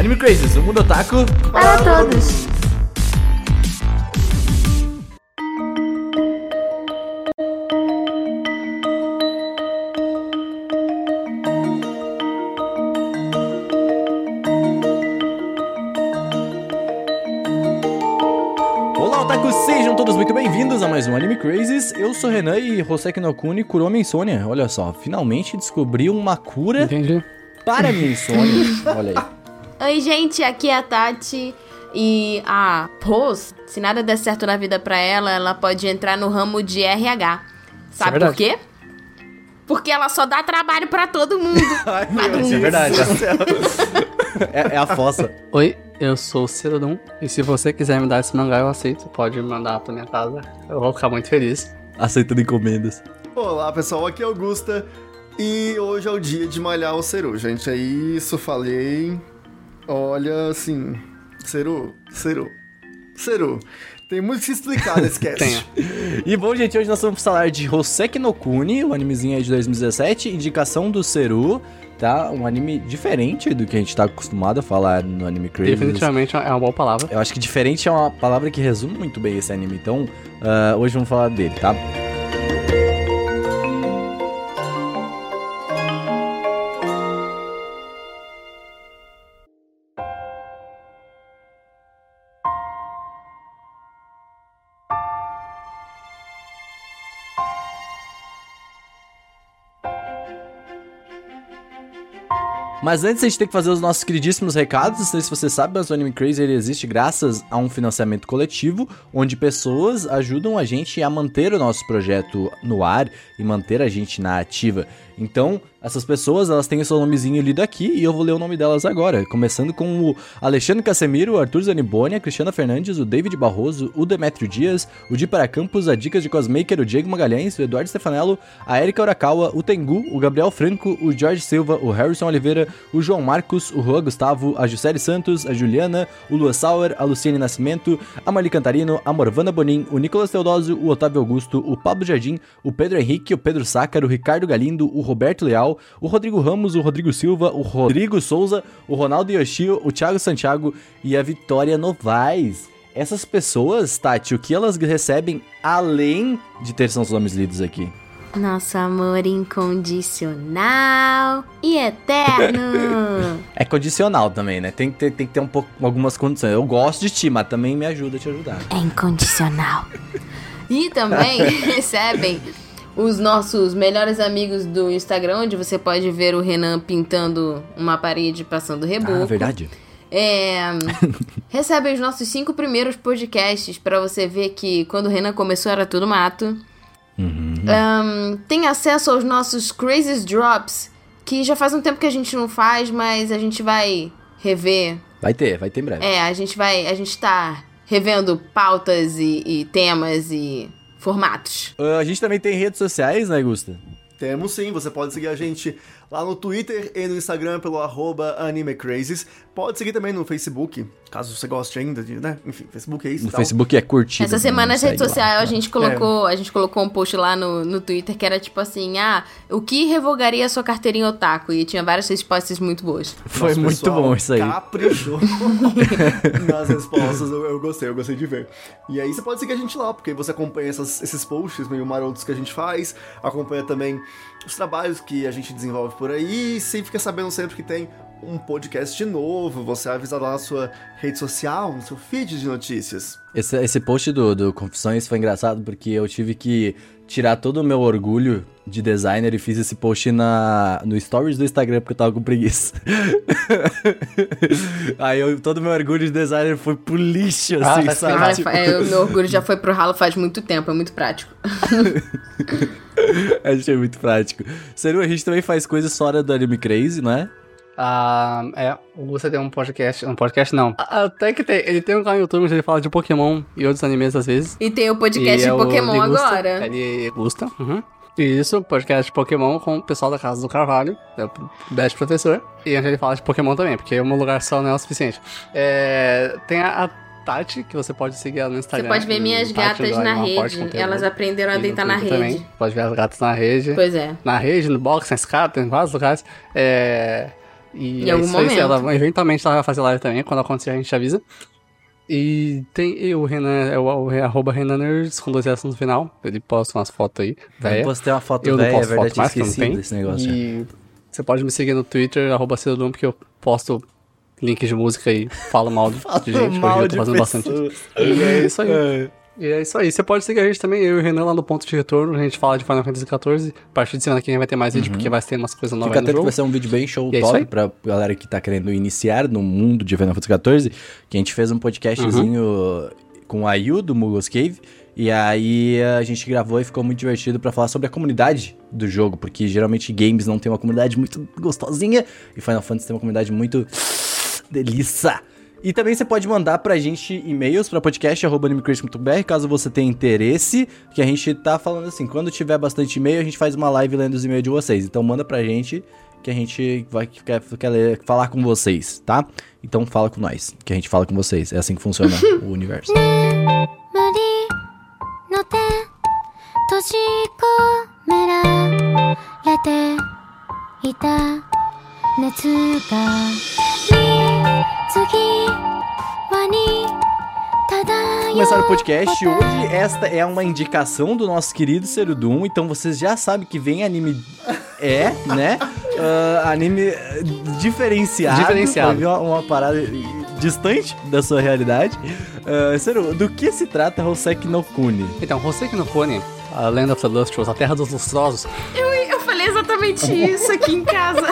Anime Crazes, o mundo otaku para todos. Olá, otakus, sejam todos muito bem-vindos a mais um Anime Crazes. Eu sou Renan e Hoseki no Kuni curou minha insônia. Olha só, finalmente descobri uma cura para minha insônia. Olha aí. Oi, gente, aqui é a Tati. E a Rose, se nada der certo na vida pra ela, ela pode entrar no ramo de RH. Sabe por quê? Porque ela só dá trabalho pra todo mundo. Ai, meu, isso é verdade. É a fossa. Oi, eu sou o Cirodum. E se você quiser me dar esse mangá, eu aceito. Pode me mandar pra minha casa. Eu vou ficar muito feliz. Aceitando encomendas. Olá, pessoal, aqui é Augusta. E hoje é o dia de malhar o Seru, gente. É isso, falei. Olha, assim... Seru. Tem muito que se explicar nesse cast. E bom, gente, hoje nós vamos falar de Hoseki no Kuni, o animezinho aí de 2017, indicação do Seru, tá? Um anime diferente do que a gente tá acostumado a falar no Anime Crazes. Definitivamente é uma boa palavra. Eu acho que diferente é uma palavra que resume muito bem esse anime, então hoje vamos falar dele, tá? Mas antes a gente tem que fazer os nossos queridíssimos recados. Não sei se você sabe, mas o Anime Crazy ele existe graças a um financiamento coletivo, onde pessoas ajudam a gente a manter o nosso projeto no ar e manter a gente na ativa. Então, essas pessoas, elas têm o seu nomezinho lido aqui e eu vou ler o nome delas agora. Começando com o Alexandre Casemiro, o Arthur Zaniboni, a Cristiana Fernandes, o David Barroso, o Demetrio Dias, o Di Para Campos, a Dicas de Cosmaker, o Diego Magalhães, o Eduardo Stefanello, a Erika Urakawa, o Tengu, o Gabriel Franco, o Jorge Silva, o Harrison Oliveira, o João Marcos, o Juan Gustavo, a Juscelie Santos, a Juliana, o Lua Sauer, a Luciene Nascimento, a Marli Cantarino, a Morvana Bonin, o Nicolas Teodósio, o Otávio Augusto, o Pablo Jardim, o Pedro Henrique, o Pedro Sácaro, o Ricardo Galindo, o Roberto Leal, o Rodrigo Ramos, o Rodrigo Silva, o Rodrigo Souza, o Ronaldo Yoshio, o Thiago Santiago e a Vitória Novaes. Essas pessoas, Tati, o que elas recebem além de ter seus nomes lidos aqui? Nosso amor incondicional e eterno. É condicional também, né? Tem que ter algumas condições. Eu gosto de ti, mas também me ajuda a te ajudar. É incondicional. E também recebem os nossos melhores amigos do Instagram, onde você pode ver o Renan pintando uma parede passando reboco. Ah, verdade. Recebem os nossos 5 primeiros podcasts pra você ver que quando o Renan começou era tudo mato. Tem acesso aos nossos Crazy Drops, que já faz um tempo que a gente não faz, mas a gente vai rever. Vai ter em breve. A gente tá revendo pautas e temas e formatos. A gente também tem redes sociais, né, Gusta? Temos sim, você pode seguir a gente lá no Twitter e no Instagram pelo @AnimeCrazes. Pode seguir também no Facebook, caso você goste ainda de, né? Enfim, Facebook é isso. No Facebook é curtido. Essa semana nas redes sociais a gente colocou um post lá no Twitter que era tipo assim, o que revogaria a sua carteirinha otaku? E tinha várias respostas muito boas. Foi muito bom isso aí. Caprichou nas respostas, eu gostei de ver. E aí você pode seguir a gente lá, porque você acompanha esses posts meio marotos que a gente faz, acompanha também os trabalhos que a gente desenvolve por aí, e você fica sabendo sempre que tem um podcast novo, você é avisado lá na sua rede social, no seu feed de notícias. Esse post do Confissões foi engraçado porque eu tive que tirar todo o meu orgulho de designer e fiz esse post no stories do Instagram porque eu tava com preguiça. Aí todo o meu orgulho de designer foi pro lixo, assim, sabe? O meu orgulho já foi pro ralo faz muito tempo, é muito prático. A gente é muito prático. Seru, a gente também faz coisas fora do Anime Crazy, não é? O Gusta tem um podcast não. Até que tem, ele tem um canal no YouTube onde ele fala de Pokémon e outros animes às vezes. E tem o podcast de Pokémon agora. Ele Gusta, Isso, podcast de Pokémon com o pessoal da Casa do Carvalho, é o best professor. E onde ele fala de Pokémon também, porque um lugar só não é o suficiente. Tem a Tati, que você pode seguir ela no Instagram. Você pode ver minhas gatas na rede. Elas aprenderam a deitar na rede. Também. Pode ver as gatas na rede. Pois é. Na rede, no box, na escada, tem vários lugares. E em algum momento. Eventualmente ela vai fazer live também, quando acontecer a gente avisa. E tem o Renan, arroba Renaners com 2 S no final. Ele posta umas fotos aí. Eu postei uma foto velha, é verdade, eu esqueci desse negócio. E você pode me seguir no Twitter, arroba Cedulum, porque eu posto links de música e falo mal de gente, mal hoje eu tô fazendo bastante. E é isso aí. E é isso aí. Você pode seguir a gente também, eu e o Renan, lá no Ponto de Retorno. A gente fala de Final Fantasy XIV. A partir de semana que vem vai ter mais vídeo, porque vai ter umas coisas novas. Fica no atento jogo. que vai ser um vídeo bem show, E é top, isso aí. pra galera que tá querendo iniciar no mundo de Final Fantasy XIV. Que a gente fez um podcastzinho com a Yu, do Muggles Cave. E aí a gente gravou e ficou muito divertido pra falar sobre a comunidade do jogo. Porque geralmente games não tem uma comunidade muito gostosinha. E Final Fantasy tem uma comunidade muito delícia. E também você pode mandar pra gente e-mails pra podcast@animecrazy.br, caso você tenha interesse, que a gente tá falando assim, quando tiver bastante e-mail, a gente faz uma live lendo os e-mails de vocês. Então manda pra gente, que a gente quer falar com vocês, tá? Então fala com nós, que a gente fala com vocês. É assim que funciona o universo. の手閉じ込められていた熱が水際に漂う Começar o podcast hoje, esta é uma indicação do nosso querido Cerudum, então vocês já sabem que vem anime, né? Anime diferenciado. Vai vir uma parada distante da sua realidade. Ceru, do que se trata Hoseki no Kuni? Então, Hoseki no Kuni, a Land of the Lustrous, a Terra dos Lustrosos. Eu falei exatamente isso aqui em casa.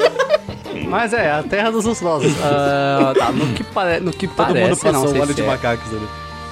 Mas a Terra dos Lustrosos. Tá, no que Todo parece, mundo passou não sei um olho se de macacos ali.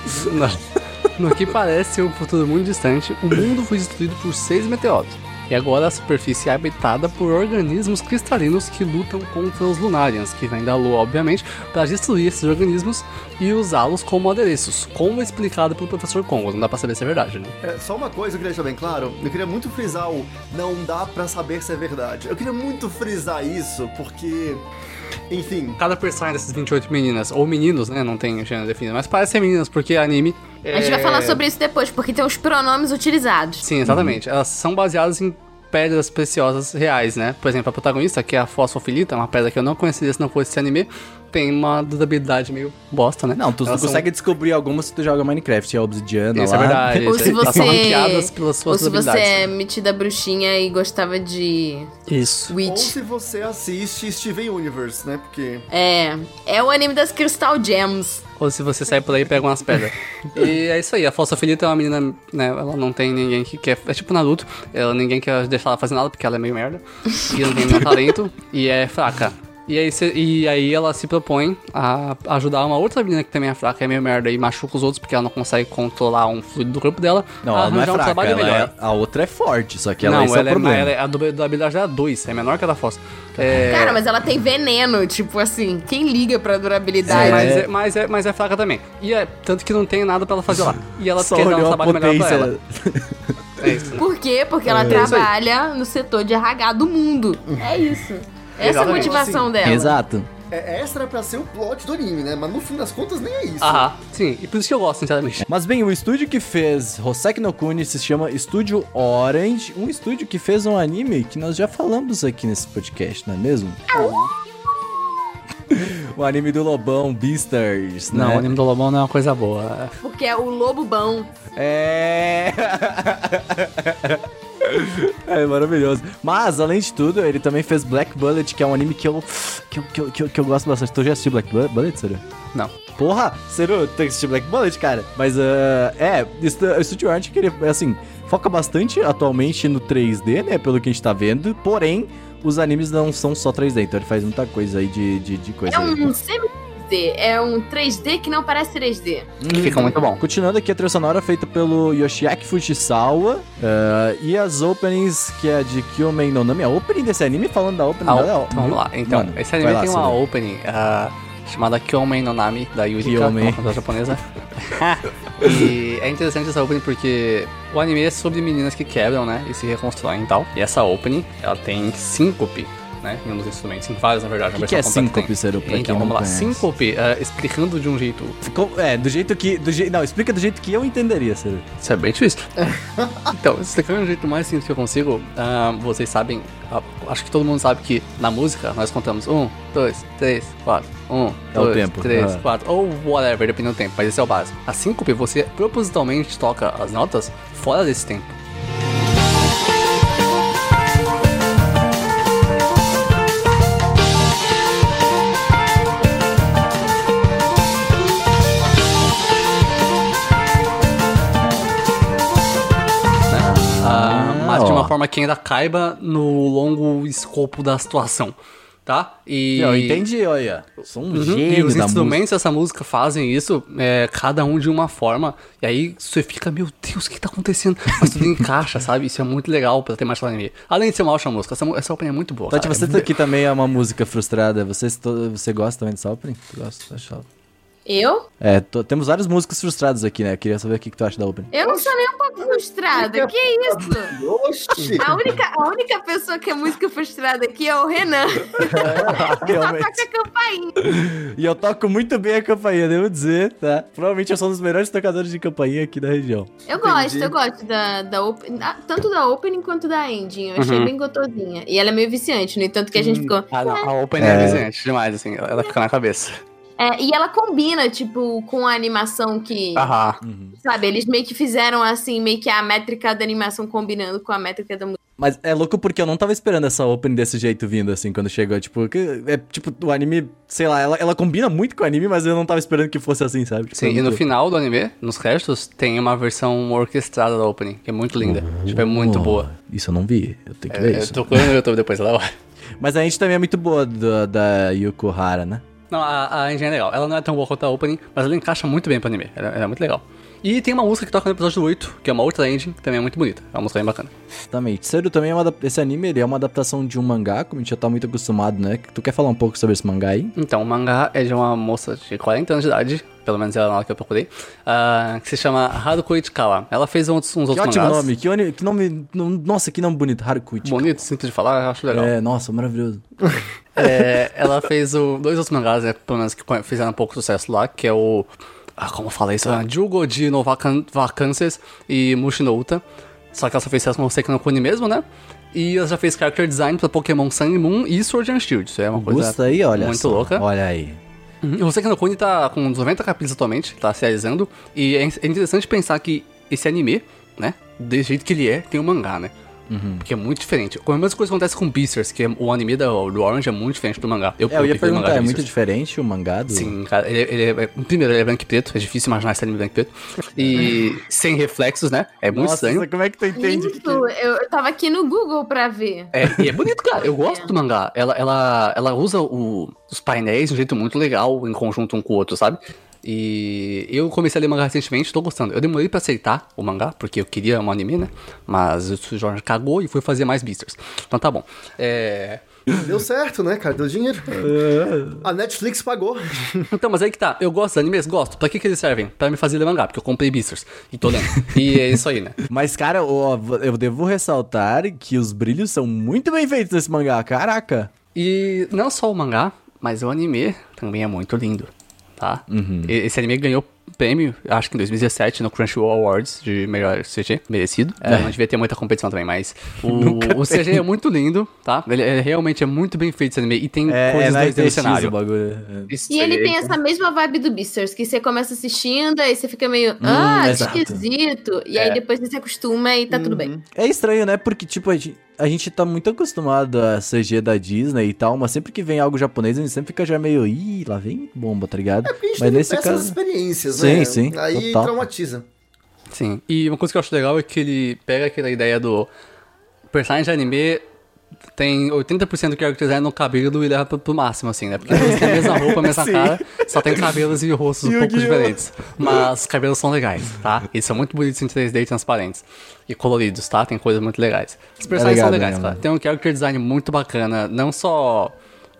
No que parece um futuro muito distante, o mundo foi destruído por 6 meteoros. E agora a superfície é habitada por organismos cristalinos que lutam contra os Lunarians, que vêm da Lua, obviamente, para destruir esses organismos e usá-los como adereços, como explicado pelo professor Congo. Não dá pra saber se é verdade, né? Só uma coisa eu queria deixar bem claro, eu queria muito frisar o não dá pra saber se é verdade. Eu queria muito frisar isso, porque... Enfim... Cada personagem dessas 28 meninas, ou meninos, né, não tem gênero definido, mas parece ser meninas, porque anime... A gente vai falar sobre isso depois, porque tem os pronomes utilizados. Sim, exatamente. Elas são baseadas em pedras preciosas reais, né? Por exemplo, a protagonista, que é a fosfofilita, uma pedra que eu não conheceria se não fosse esse anime, tem uma durabilidade meio bosta, né? Não, tu consegue descobrir algumas se tu joga Minecraft, a obsidiana Isso lá. é verdade. Ou se Elas você, são ranqueadas pelas suas ou se você habilidades. é metida bruxinha e gostava de Isso. Ou Witch. se você assiste Steven Universe, né? Porque... É o anime das Crystal Gems. Ou se você sai por aí e pega umas pedras. E é isso aí, a Fosfofilita é uma menina, né, ela não tem ninguém que quer... É tipo Naruto, ninguém quer deixar ela fazer nada porque ela é meio merda. E não tem nenhum talento, e é fraca. E aí ela se propõe a ajudar uma outra menina que também é fraca, é meio merda e machuca os outros porque ela não consegue controlar um fluido do corpo dela. Não, ela não é fraca, trabalho melhor. a outra é forte, só que ela Não, esse é o problema. a durabilidade dela é 2, é menor que a da Fossa. Cara, mas ela tem veneno, tipo assim, quem liga pra durabilidade? Mas é fraca também. E tanto que não tem nada pra ela fazer lá. E ela Só quer dar um olhou a trabalho melhor pra ela. potência. É isso, né? Por quê? Porque ela trabalha no setor de RH do mundo. É isso. Essa é a Exatamente. motivação dela. Exato. Essa era pra ser o plot do anime, né? Mas no fim das contas nem é isso. Aham, sim. E por isso que eu gosto, sinceramente. Mas bem, o estúdio que fez Hoseki no Kuni se chama Estúdio Orange, um estúdio que fez um anime que nós já falamos aqui nesse podcast, não é mesmo? O anime do Lobão, Beastars, né? Não, o anime do Lobão não é uma coisa boa. Porque é o lobo bom. É maravilhoso. Mas, além de tudo, ele também fez Black Bullet, que é um anime que eu gosto bastante. Tu já assistiu Black Bullet, Seru? Não. Porra, Seru, tem que assistir Black Bullet, cara. Mas, o Studio Orange, que ele, assim, foca bastante atualmente no 3D, né, pelo que a gente tá vendo. Porém, os animes não são só 3D, então ele faz muita coisa aí de coisa. É um semi-3D, é um 3D que não parece 3D. Fica muito bom. Continuando aqui, a trilha sonora feita pelo Yoshiaki Fujisawa, e as openings, que é de Kyomen no Nami. A opening desse anime, falando da opening dela, Então, vamos lá. Então, mano, esse anime vai lá, tem uma Seru. opening chamada Kyomen no Nami, da Yurika, Kyomen. uma cantora japonesa. E é interessante essa opening porque o anime é sobre meninas que quebram, né, e se reconstroem e tal. E essa opening, ela tem síncope né? Em um dos instrumentos, em vários, na verdade. O que é síncope, Seru, pra então, quem não vamos lá. conhece? Síncope, explicando de um jeito... Não, explica do jeito que eu entenderia, Seru. Isso é bem difícil. Então, explicando de um jeito mais simples que eu consigo, vocês sabem, acho que todo mundo sabe que na música nós contamos 1, 2, 3, 4, 1, É o 2, tempo. 3, Ah. 4, ou whatever, dependendo do tempo, mas esse é o básico. A síncope, você propositalmente toca as notas fora desse tempo. Mas de uma forma que ainda caiba no longo escopo da situação, tá? E Eu entendi, olha. Sou um E gênio os da instrumentos dessa música fazem isso, cada um de uma forma, e aí você fica, meu Deus, o que tá acontecendo? Mas tudo encaixa, sabe? Isso é muito legal pra ter mais anime. Além de ser uma ótima música, essa opening é muito boa. Tati, cara. você aqui também é uma música frustrada. Você gosta também dessa opening? Tu gosta? Eu? Temos várias músicas frustradas aqui, né? Queria saber o que tu acha da opening. Eu não sou nem um pouco frustrada. Que isso? Oxi! A única pessoa que é música frustrada aqui é o Renan. Só Realmente. toca a campainha. E eu toco muito bem a campainha, devo dizer, tá? Provavelmente eu sou um dos melhores tocadores de campainha aqui da região. Eu gosto da opening, tanto da opening quanto da ending. Eu achei bem gostosinha. E ela é meio viciante, no entanto que a gente ficou... Ah, não, a opening é viciante demais, assim, ela fica na cabeça. E ela combina, tipo, com a animação que... Aham. Sabe, eles meio que fizeram, assim, meio que a métrica da animação combinando com a métrica da música. Mas é louco porque eu não tava esperando essa opening desse jeito vindo, assim, quando chegou. Tipo, o anime, sei lá, ela combina muito com o anime, mas eu não tava esperando que fosse assim, sabe? Tipo, Sim, e no final do anime, nos créditos, tem uma versão orquestrada da opening, que é muito linda. Tipo, é muito boa. Isso eu não vi, eu tenho que ver Eu isso. tô no YouTube depois, lá. Mas a gente também é muito boa da Yuko Hara, né? Não, a engine é legal. Ela não é tão boa quanto a opening, mas ela encaixa muito bem pro anime. Ela é muito legal. E tem uma música que toca no episódio 8, que é uma outra engine, que também é muito bonita. É uma música bem bacana. Exatamente. Seru também esse anime, ele é uma adaptação de um mangá, como a gente já tá muito acostumado, né? Tu quer falar um pouco sobre esse mangá aí? Então, o mangá é de uma moça de 40 anos de idade, pelo menos ela na hora que eu procurei, que se chama Haruko Ichikawa. Ela fez uns outros Que ótimo mangás. nome, que nome, nossa, que nome bonito, Haruko Ichikawa. Bonito, simples de falar, eu acho legal. Nossa, maravilhoso. Ela fez dois outros mangás, pelo menos que fizeram um pouco sucesso lá, que é o... como fala isso? Jugoji no Vacances e Mushi no Uta. Só que ela só fez sucesso no Seiki no Kuni mesmo, né? E ela já fez character design pra Pokémon Sun e Moon e Sword and Shield. Isso é uma coisa Gusta aí, olha muito só. louca. Olha aí. O Seiki no Kuni tá com uns 90 capítulos atualmente, tá se realizando. E é interessante pensar que esse anime, né, desse jeito que ele tem um mangá, né? Porque é muito diferente. A mesma coisa acontece com Beastars, que o anime do Orange é muito diferente do mangá. Eu ia prefiro o mangá perguntar, de é muito Beastars. diferente o mangá do... Sim, cara, primeiro, ele é branco e preto, é difícil imaginar esse anime branco e preto. E sem reflexos, né? É muito Nossa, estranho. como é que tu entende? Isso, eu tava aqui no Google pra ver. E é bonito, cara. Eu gosto do mangá. Ela usa os painéis de um jeito muito legal, em conjunto um com o outro, sabe? E eu comecei a ler mangá recentemente, tô gostando. Eu demorei pra aceitar o mangá, porque eu queria um anime, né? Mas o Jorge cagou e foi fazer mais Beastars. Então tá bom. Deu certo, né, cara? Deu dinheiro. A Netflix pagou. Então, mas aí que tá. Eu gosto dos animes? Gosto. Pra que eles servem? Pra me fazer ler mangá, porque eu comprei Beastars e tô lendo. E é isso aí, né? Mas, cara, eu devo ressaltar que os brilhos são muito bem feitos nesse mangá, caraca. E não só o mangá, mas o anime também é muito lindo, tá? Esse anime ganhou prêmio, acho que em 2017, no Crunchyroll Awards de melhor CG, merecido. Não devia ter muita competição também, mas o CG é muito lindo, tá? Ele realmente é muito bem feito esse anime e tem coisas na 2D no ITX cenário. o bagulho. Isso E ele aí. tem essa mesma vibe do Beastars, que você começa assistindo, aí você fica meio, exato. esquisito. E aí depois você se acostuma e tá tudo bem. É estranho, né? Porque, tipo, a gente tá muito acostumado a CG da Disney e tal, mas sempre que vem algo japonês, a gente sempre fica já meio, lá vem bomba, tá ligado? Porque a gente Mas teve nesse péssimas caso... experiências, Sim, né? sim, Aí total. traumatiza. Sim, e uma coisa que eu acho legal é que ele pega aquela ideia do personagem de anime tem 80% do character design no cabelo e leva pro máximo, assim, né? Porque eles têm a mesma roupa, a mesma Sim. cara, só tem cabelos e rostos um pouco Yu-Gi-Oh! diferentes. Mas os cabelos são legais, tá? Eles são muito bonitos em 3D e transparentes. E coloridos, tá? Tem coisas muito legais. Os personagens legal são legais, mesmo. cara. Tem um character design muito bacana, não só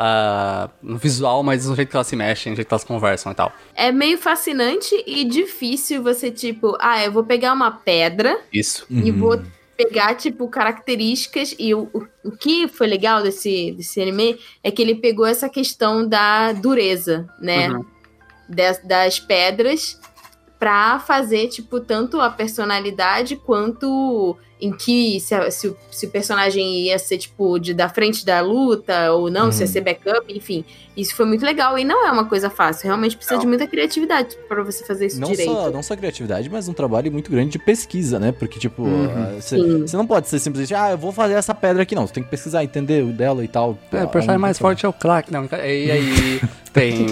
no visual, mas no jeito que elas se mexem, no jeito que elas conversam e tal. É meio fascinante e difícil você, tipo, eu vou pegar uma pedra Isso. e vou pegar, tipo, características, e o que foi legal desse anime é que ele pegou essa questão da dureza, né? Uhum. Das pedras, pra fazer, tipo, tanto a personalidade quanto em que se o personagem ia ser, tipo, da frente da luta ou não, se ia ser backup, enfim. Isso foi muito legal e não é uma coisa fácil. Realmente precisa de muita criatividade pra você fazer isso direito. Não só criatividade, mas um trabalho muito grande de pesquisa, né? Porque, tipo, você não pode ser simplesmente, eu vou fazer essa pedra aqui, não. Você tem que pesquisar, entender o dela e tal. O personagem mais forte é o Crack. Não, e aí tem...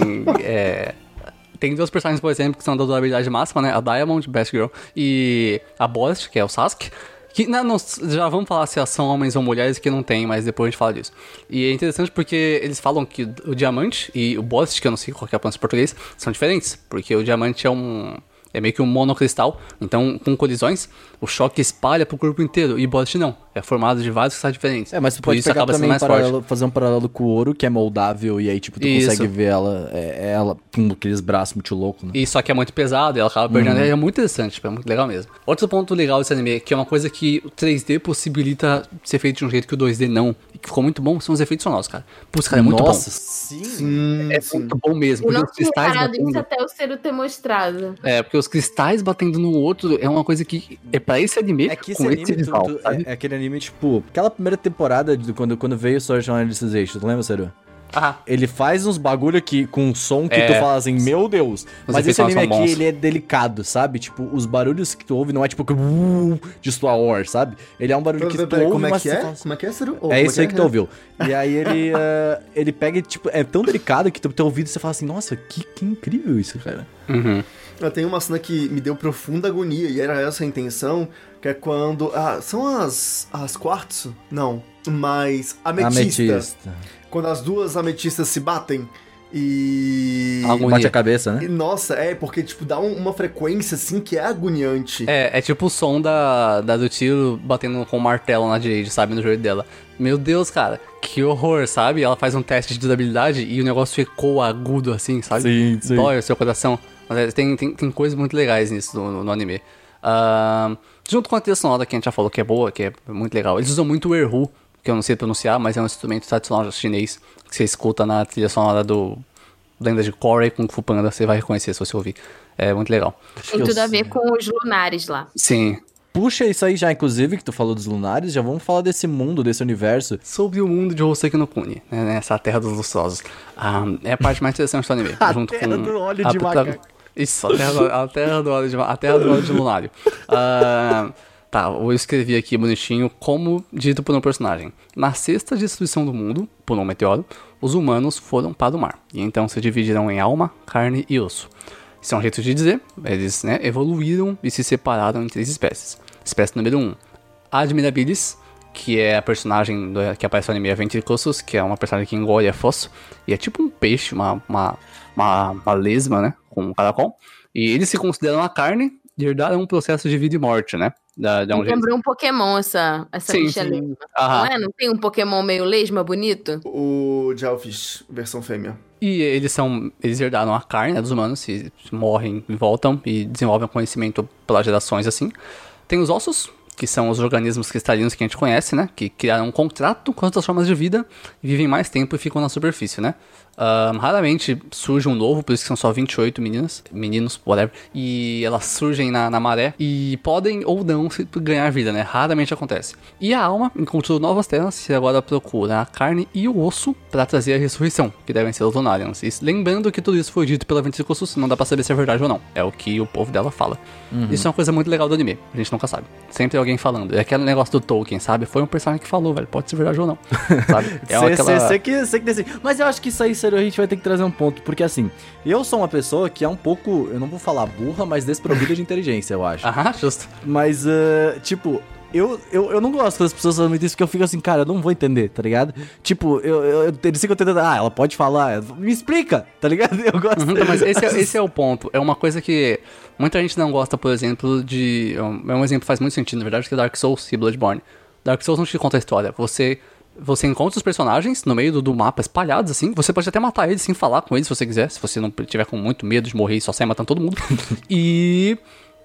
Tem duas personagens, por exemplo, que são da durabilidade máxima, né? A Diamond, Best Girl, e a Bost, que é o Sasuke. Que, não, já vamos falar se são homens ou mulheres, que não tem, mas depois a gente fala disso. E é interessante porque eles falam que o Diamante e o Bost, que eu não sei qual que é a pronúncia em português, são diferentes. Porque o Diamante é meio que um monocristal, então com colisões, o choque espalha pro corpo inteiro, e Bost não, é formado de vários cristais diferentes. Mas tu pode pegar também fazer um paralelo com o ouro, que é moldável, e aí tipo, tu consegue ver ela com aqueles braços muito loucos, né? E só que é muito pesado, e ela acaba perdendo, é muito interessante, tipo, é muito legal mesmo. Outro ponto legal desse anime, que é uma coisa que o 3D possibilita ser feito de um jeito que o 2D não, e que ficou muito bom, são os efeitos sonoros, cara. Putz, cara, é muito bom. Sim. É muito bom mesmo. Eu não tinha reparado isso até o Ciro ter mostrado. Porque os cristais batendo no outro é uma coisa que é pra esse anime, que esse anime, visual, é aquele anime, tipo, aquela primeira temporada de quando veio Sword Art Online, tu lembra, Ciro? Ele faz uns bagulho aqui com um som que tu fala assim, meu Deus. Mas esse anime aqui, ele é delicado, sabe? Tipo, os barulhos que tu ouve não é tipo de Star Wars, sabe? Ele é um barulho que tu ouve, como mas... Como é que é, Ciro? É isso aí que tu ouviu. E aí ele pega e, tipo, é tão delicado que tu teu ouvido você fala assim, nossa, que incrível isso, cara. Tem uma cena que me deu profunda agonia, e era essa a intenção, que é quando... são as quartzo? Não, mas ametista. Quando as duas ametistas se batem e... Bate a cabeça, né? Nossa, porque tipo, dá uma frequência assim que é agoniante. É tipo o som do tiro batendo com o martelo na Jade, sabe, no joelho dela. Meu Deus, cara, que horror, sabe? Ela faz um teste de durabilidade e o negócio ficou agudo assim, sabe? Sim. Dói o seu coração. Mas tem coisas muito legais nisso no anime. Junto com a trilha sonora que a gente já falou que é boa, que é muito legal. Eles usam muito o erhu, que eu não sei pronunciar, mas é um instrumento tradicional chinês que você escuta na trilha sonora do Lenda de Korra e Kung Fu Panda, você vai reconhecer se você ouvir. É muito legal. Tem tudo a ver com os lunares lá. Sim. Puxa isso aí já, inclusive, que tu falou dos lunares, já vamos falar desse mundo, desse universo. Sobre o mundo de Hoseki no Kuni, né, essa terra dos lustrosos. É a parte mais interessante do anime. A terra do óleo de macaco. Isso, a terra do óleo de lunário. Eu escrevi aqui bonitinho, como dito por um personagem. Na sexta destruição do mundo, por um meteoro, os humanos foram para o mar. E então se dividiram em alma, carne e osso. Isso é um jeito de dizer, eles evoluíram e se separaram em 3 espécies. Espécie número 1, Admirabilis, que é a personagem que aparece no anime Ventricossus, que é uma personagem que engole a fóssil. E é tipo um peixe, uma lesma, né, com um caracol. E eles se consideram a carne e herdaram um processo de vida e morte, né? Lembrou um Pokémon essa bicha lesma. Não tem um Pokémon meio lesma bonito? O Jelfish, versão fêmea. E eles herdaram a carne, né, dos humanos, se morrem e voltam e desenvolvem conhecimento pelas gerações assim. Tem os ossos, que são os organismos cristalinos que a gente conhece, né? Que criaram um contrato com outras formas de vida e vivem mais tempo e ficam na superfície, né? Raramente surge um novo, por isso que são só 28 meninos, whatever. E elas surgem na maré e podem ou não ganhar vida, né? Raramente acontece. E a alma encontrou novas terras e agora procura a carne e o osso para trazer a ressurreição, que devem ser os Lunarians. E lembrando que tudo isso foi dito pela Ventricossus, não dá pra saber se é verdade ou não. É o que o povo dela fala. Isso é uma coisa muito legal do anime, a gente nunca sabe. Sempre tem alguém falando. É aquele negócio do Tolkien, sabe? Foi um personagem que falou, velho. Pode ser verdade ou não, sabe? Sei que decide. Mas eu acho que isso aí, sério, a gente vai ter que trazer um ponto. Porque assim, eu sou uma pessoa que é um pouco, eu não vou falar burra, mas desprovida de inteligência, eu acho. Justo. Mas, tipo... Eu não gosto quando as pessoas falam isso, porque eu fico assim, cara, eu não vou entender, tá ligado? Tipo, eles ficam tentando, ela pode falar, me explica, tá ligado? Eu gosto. Mas esse é o ponto. É uma coisa que muita gente não gosta, por exemplo, de... É um exemplo que faz muito sentido, na verdade, que é Dark Souls e Bloodborne. Dark Souls não te conta a história. Você encontra os personagens no meio do mapa espalhados, assim. Você pode até matar eles sem falar com eles, se você quiser. Se você não tiver com muito medo de morrer e só sair matando todo mundo. E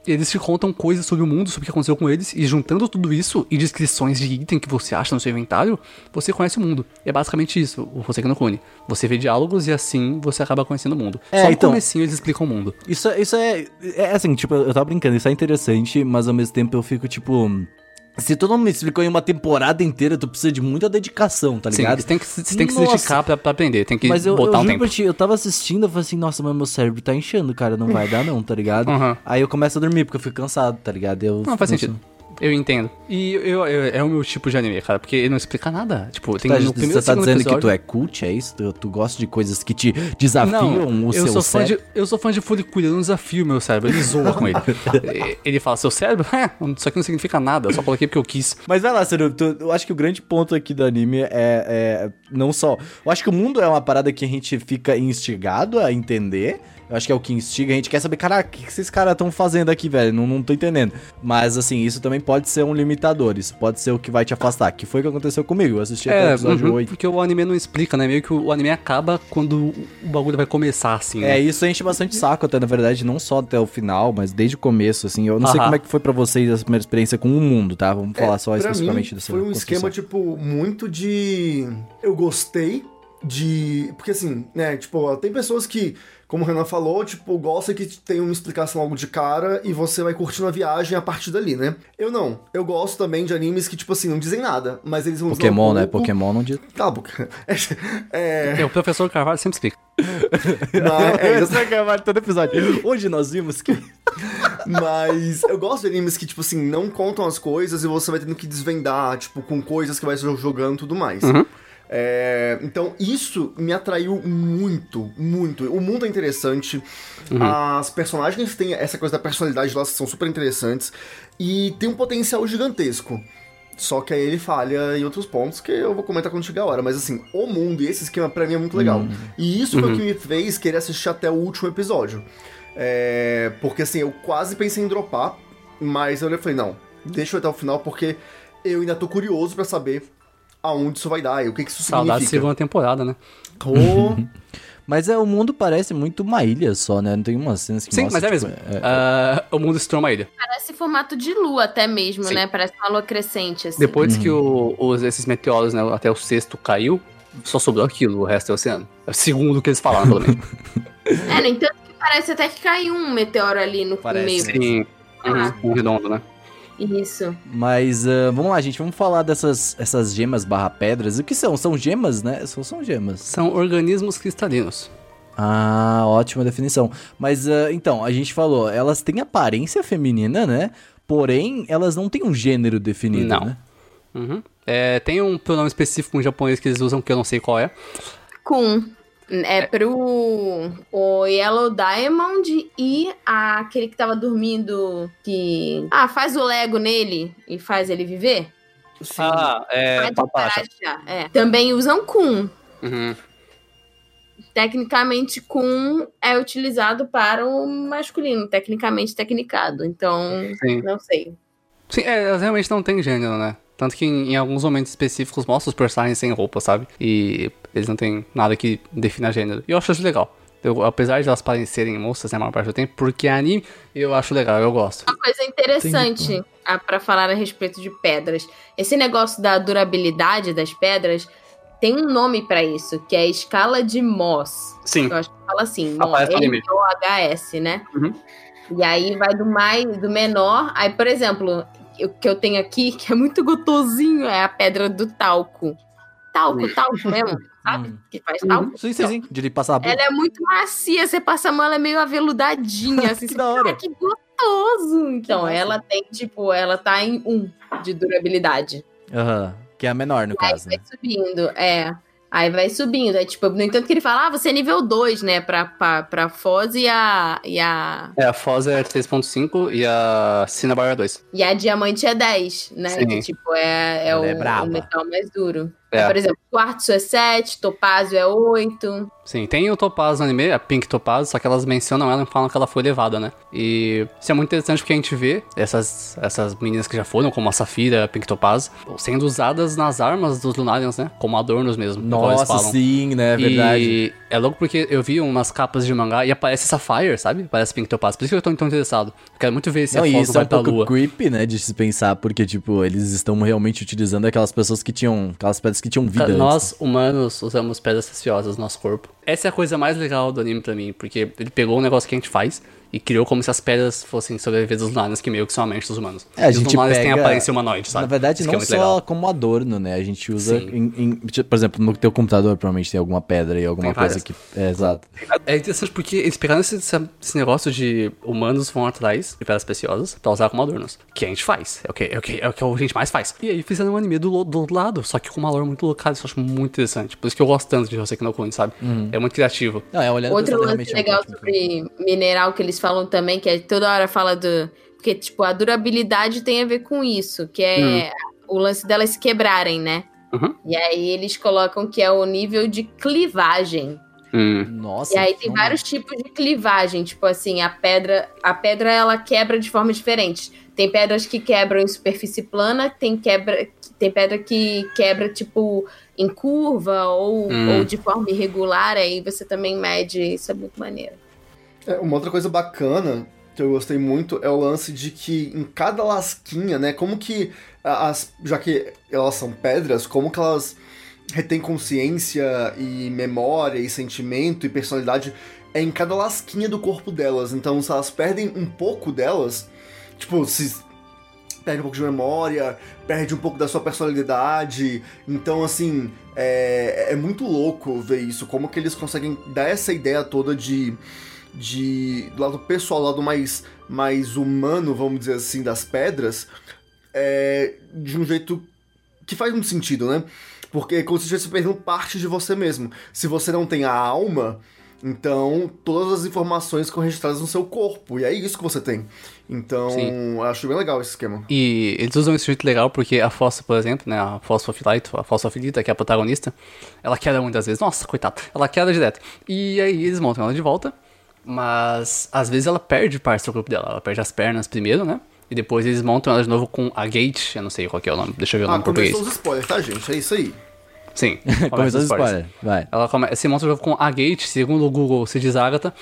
eles te contam coisas sobre o mundo, sobre o que aconteceu com eles, e juntando tudo isso e descrições de item que você acha no seu inventário, você conhece o mundo. E é basicamente isso, o Hoseki no Kuni. Você vê diálogos e assim você acaba conhecendo o mundo. Só no comecinho eles explicam o mundo. Isso é assim, tipo, eu tava brincando, isso é interessante, mas ao mesmo tempo eu fico, tipo... Se tu não me explicou em uma temporada inteira, tu precisa de muita dedicação, tá ligado? Sim, você tem que se dedicar pra aprender, tem que botar um tempo. Eu tava assistindo, eu falei assim, nossa, mas meu cérebro tá inchando, cara, não vai dar não, tá ligado? Aí eu começo a dormir, porque eu fico cansado, tá ligado? Não faz sentido. Eu entendo. E é o meu tipo de anime, cara, porque ele não explica nada. Tipo, tem no primeiro Você tá dizendo episódio... que tu é cult, é isso? Tu gosta de coisas que te desafiam o seu cérebro? Eu sou fã de Furikuri, eu não desafio meu cérebro, ele zoa com ele. Ele fala, seu cérebro? Isso aqui não significa nada, eu só coloquei porque eu quis. Mas vai lá, Seru, eu acho que o grande ponto aqui do anime é não só... Eu acho que o mundo é uma parada que a gente fica instigado a entender. Eu acho que é o que instiga, a gente quer saber, caraca, o que esses caras estão fazendo aqui, velho? Não tô entendendo. Mas, assim, isso também pode ser um limitador, isso pode ser o que vai te afastar, que foi o que aconteceu comigo, eu assisti até o episódio 8. Porque o anime não explica, né? Meio que o anime acaba quando o bagulho vai começar, assim, né? Isso enche bastante saco até, na verdade, não só até o final, mas desde o começo, assim. Eu não sei como é que foi pra vocês essa primeira experiência com o mundo, tá? Vamos falar só especificamente dessa foi um esquema, tipo, muito de... Eu gostei de... Porque, assim, né, tipo, tem pessoas que... Como o Renan falou, tipo, gosta que tem uma explicação logo de cara e você vai curtindo a viagem a partir dali, né? Eu não. Eu gosto também de animes que, tipo assim, não dizem nada, mas eles vão Pokémon, né? Pokémon não diz. Tá, o professor Carvalho sempre explica. Professor Carvalho todo episódio. Hoje nós vimos que... Mas eu gosto de animes que, tipo assim, não contam as coisas e você vai tendo que desvendar, tipo, com coisas que vai jogando e tudo mais. Então, isso me atraiu muito, muito. O mundo é interessante, as personagens têm essa coisa da personalidade delas que são super interessantes, e tem um potencial gigantesco. Só que aí ele falha em outros pontos que eu vou comentar quando chegar a hora. Mas assim, o mundo e esse esquema pra mim é muito legal. E isso foi o que me fez querer assistir até o último episódio. Porque assim, eu quase pensei em dropar, mas eu falei, não, deixa eu ir até o final, porque eu ainda tô curioso pra saber aonde isso vai dar e o que isso significa. Saudade de segunda temporada, né? Mas o mundo parece muito uma ilha só, né? Não tem umas cenas que mostram, mas mesmo. O mundo se torna uma ilha. Parece formato de lua até mesmo, né? Parece uma lua crescente, assim. Depois que esses meteoros, né, até o sexto caiu, só sobrou aquilo, o resto é o oceano. Segundo o que eles falaram, pelo menos. No entanto, que parece até que caiu um meteoro ali no meio. Sim, um redondo, né? Isso. Mas vamos lá, gente, vamos falar essas gemas /pedras. O que são? São gemas, né? São gemas. São organismos cristalinos. Ah, ótima definição. Mas então, a gente falou, elas têm aparência feminina, né? Porém, elas não têm um gênero definido, né? Tem um pronome específico em japonês que eles usam, que eu não sei qual é. Kun. É o Yellow Diamond e aquele que tava dormindo que... faz o Lego nele e faz ele viver? Sim. Papacha. Também usam Kun. Tecnicamente, Kun é utilizado para o masculino, tecnicamente tecnicado. Então, não sei. Sim, elas realmente não têm gênero, né? Tanto que em alguns momentos específicos mostra os personagens sem roupa, sabe? E eles não têm nada que defina gênero. E eu acho isso legal. Apesar de elas parecerem moças, né, a maior parte do tempo, porque anime, eu acho legal, eu gosto. Uma coisa interessante pra falar a respeito de pedras. Esse negócio da durabilidade das pedras tem um nome pra isso, que é a escala de Mohs. Sim. Eu acho que fala assim, M-O-H-S, né? E aí vai do menor. Aí, por exemplo... O que eu tenho aqui, que é muito gostosinho, é a pedra do talco. Talco mesmo, sabe? Que faz talco. Sim. De passar a boca. Ela é muito macia, você passa a mão, ela é meio aveludadinha, assim. Que da hora. Que gostoso! Então, ela tem, ela tá em 1 de durabilidade. Que é a menor, no caso, né? Vai subindo, Aí vai subindo. Aí, no entanto que ele fala, você é nível 2, né? Pra Foz e a... a Foz é 3.5 e a Cinnabar é 2. E a Diamante é 10, né? Sim. Que, é o metal mais duro. É. Por exemplo, quartzo é 7, topázio é 8. Sim, tem o topázio no anime, a Pink Topázio, só que elas mencionam ela e falam que ela foi elevada, né? E isso é muito interessante porque a gente vê essas meninas que já foram, como a Safira, a Pink Topázio, sendo usadas nas armas dos Lunarians, né? Como adornos mesmo. Nossa, sim, né? É verdade. E É louco porque eu vi umas capas de mangá e aparece Sapphire, sabe? Parece Pink Topaz. Por isso que eu tô tão interessado. Eu quero muito ver se Não, a e foto isso é vai um pra pouco lua. creepy, né, de se pensar, porque, tipo, eles estão realmente utilizando aquelas pessoas que tinham, aquelas pedras que tinham vida antes. Nós, humanos, usamos pedras preciosas no nosso corpo. Essa é a coisa mais legal do anime pra mim, porque ele pegou um negócio que a gente faz e criou como se as pedras fossem sobreviver dos Lunares, que meio que são a mente dos humanos. É, a E gente os Lunares têm pega- aparência humanoide, sabe? Na verdade, Isso que não é muito só legal. como adorno, né? A gente usa, Sim. tipo, por exemplo, no teu computador provavelmente tem alguma pedra e alguma Tem coisa várias. que... É, exato. É interessante porque eles pegaram esse negócio de humanos vão atrás de pedras preciosas pra usar como adornos. Que a gente faz. É o que a gente mais faz. E aí fizeram um anime do outro lado, só que com uma lore muito louca. Isso eu acho muito interessante. Por isso que eu gosto tanto de Hoseki no Kuni, sabe? É muito criativo. Não, é olhando Outro pra lance legal sobre mineral que eles falam também, que é toda hora fala do... Porque, tipo, a durabilidade tem a ver com isso, que é o lance delas se quebrarem, né? Uhum. E aí eles colocam que é o nível de clivagem. Nossa. E aí tem não- vários tipos de clivagem, tipo assim, a pedra ela quebra de forma diferente. Tem pedras que quebram em superfície plana, tem pedra que quebra, tipo, em curva ou de forma irregular, aí você também mede, isso é muito maneiro. Uma outra coisa bacana que eu gostei muito é o lance de que em cada lasquinha, né, como que já que elas são pedras, como que elas retêm consciência e memória e sentimento e personalidade em cada lasquinha do corpo delas. Então, se elas perdem um pouco delas, tipo, se perde um pouco de memória, perde um pouco da sua personalidade. Então, assim, é muito louco ver isso, como que eles conseguem dar essa ideia toda do lado pessoal, do lado mais humano, vamos dizer assim, das pedras, de um jeito que faz muito sentido, né? Porque é como se estivesse perdendo parte de você mesmo. Se você não tem a alma, então todas as informações ficam registradas no seu corpo, e é isso que você tem. Então, Sim. eu acho bem legal esse esquema. E eles usam esse jeito legal porque a Fossa, por exemplo, né, a Fosfofilita, que é a protagonista, ela queda muitas vezes. Nossa, coitada. Ela queda direto. E aí eles montam ela de volta, mas às vezes ela perde parte do corpo dela. Ela perde as pernas primeiro, né? E depois eles montam ela de novo com a Gate, eu não sei qual que é o nome, deixa eu ver o nome em português. Começou os spoilers, tá, gente? É isso aí. Sim, Começou os os spoiler. Vai. Ela se monta o jogo com a Gate, segundo o Google, se diz Agatha,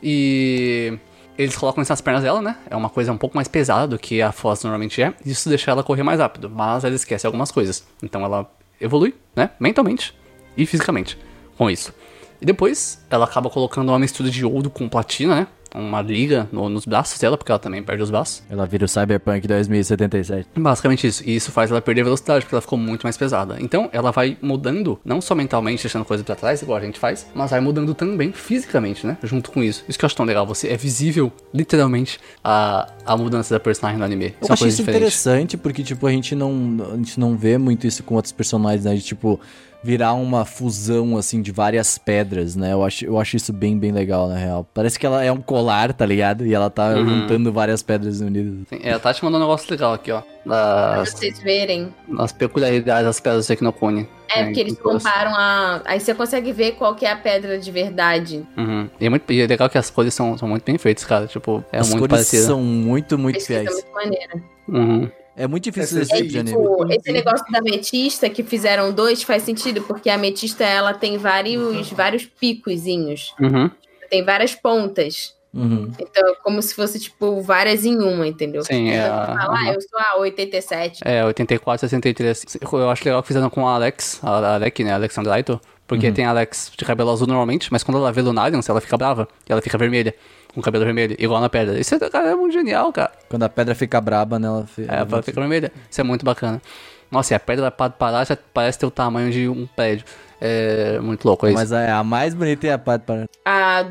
e eles colocam isso nas pernas dela, né? É uma coisa um pouco mais pesada do que a Foz normalmente é, e isso deixa ela correr mais rápido, mas ela esquece algumas coisas. Então ela evolui, né? Mentalmente e fisicamente com isso. E depois ela acaba colocando uma mistura de ouro com platina, né? Uma liga nos braços dela, porque ela também perde os braços. Ela vira o Cyberpunk 2077. Basicamente isso. E isso faz ela perder velocidade, porque ela ficou muito mais pesada. Então, ela vai mudando, não só mentalmente, deixando coisas pra trás, igual a gente faz, mas vai mudando também fisicamente, né? Junto com isso. Isso que eu acho tão legal. É visível, literalmente, a mudança da personagem no anime. Eu acho isso interessante, porque, tipo, a gente não vê muito isso com outros personagens, né? De, tipo, virar uma fusão, assim, de várias pedras, né? Eu acho isso bem, bem legal, na real. Parece que ela é um colar, tá ligado? E ela tá juntando várias pedras unidas. Sim, a Tati mandou um negócio legal aqui, ó. Pra vocês verem. As peculiaridades das pedras do Equinocone. Porque eles comparam Aí você consegue ver qual que é a pedra de verdade. E é legal que as cores são muito bem feitas, cara. Tipo, As muito cores parecida. são muito, muito Isso é fiéis. muito maneira. É muito difícil esse É tipo de anime. Esse negócio da ametista que fizeram 2 faz sentido, porque a ametista ela tem vários picozinhos. Tem várias pontas. Então, é como se fosse, tipo, várias em uma, entendeu? Sim, eu sou a 87. 84, 63. Eu acho legal que fizeram com a Alex, a Alec, né, Alexandraito, porque tem a Alex de cabelo azul normalmente, mas quando ela vê Lunarians, ela fica brava, e ela fica vermelha, com cabelo vermelho, igual na pedra. Isso é muito genial, cara. Quando a pedra fica braba, né, Ela fica vermelha. Isso é muito bacana. Nossa, e a pedra parar já parece ter o tamanho de um prédio. É muito louco, é isso. Mas a mais bonita é a parte para... A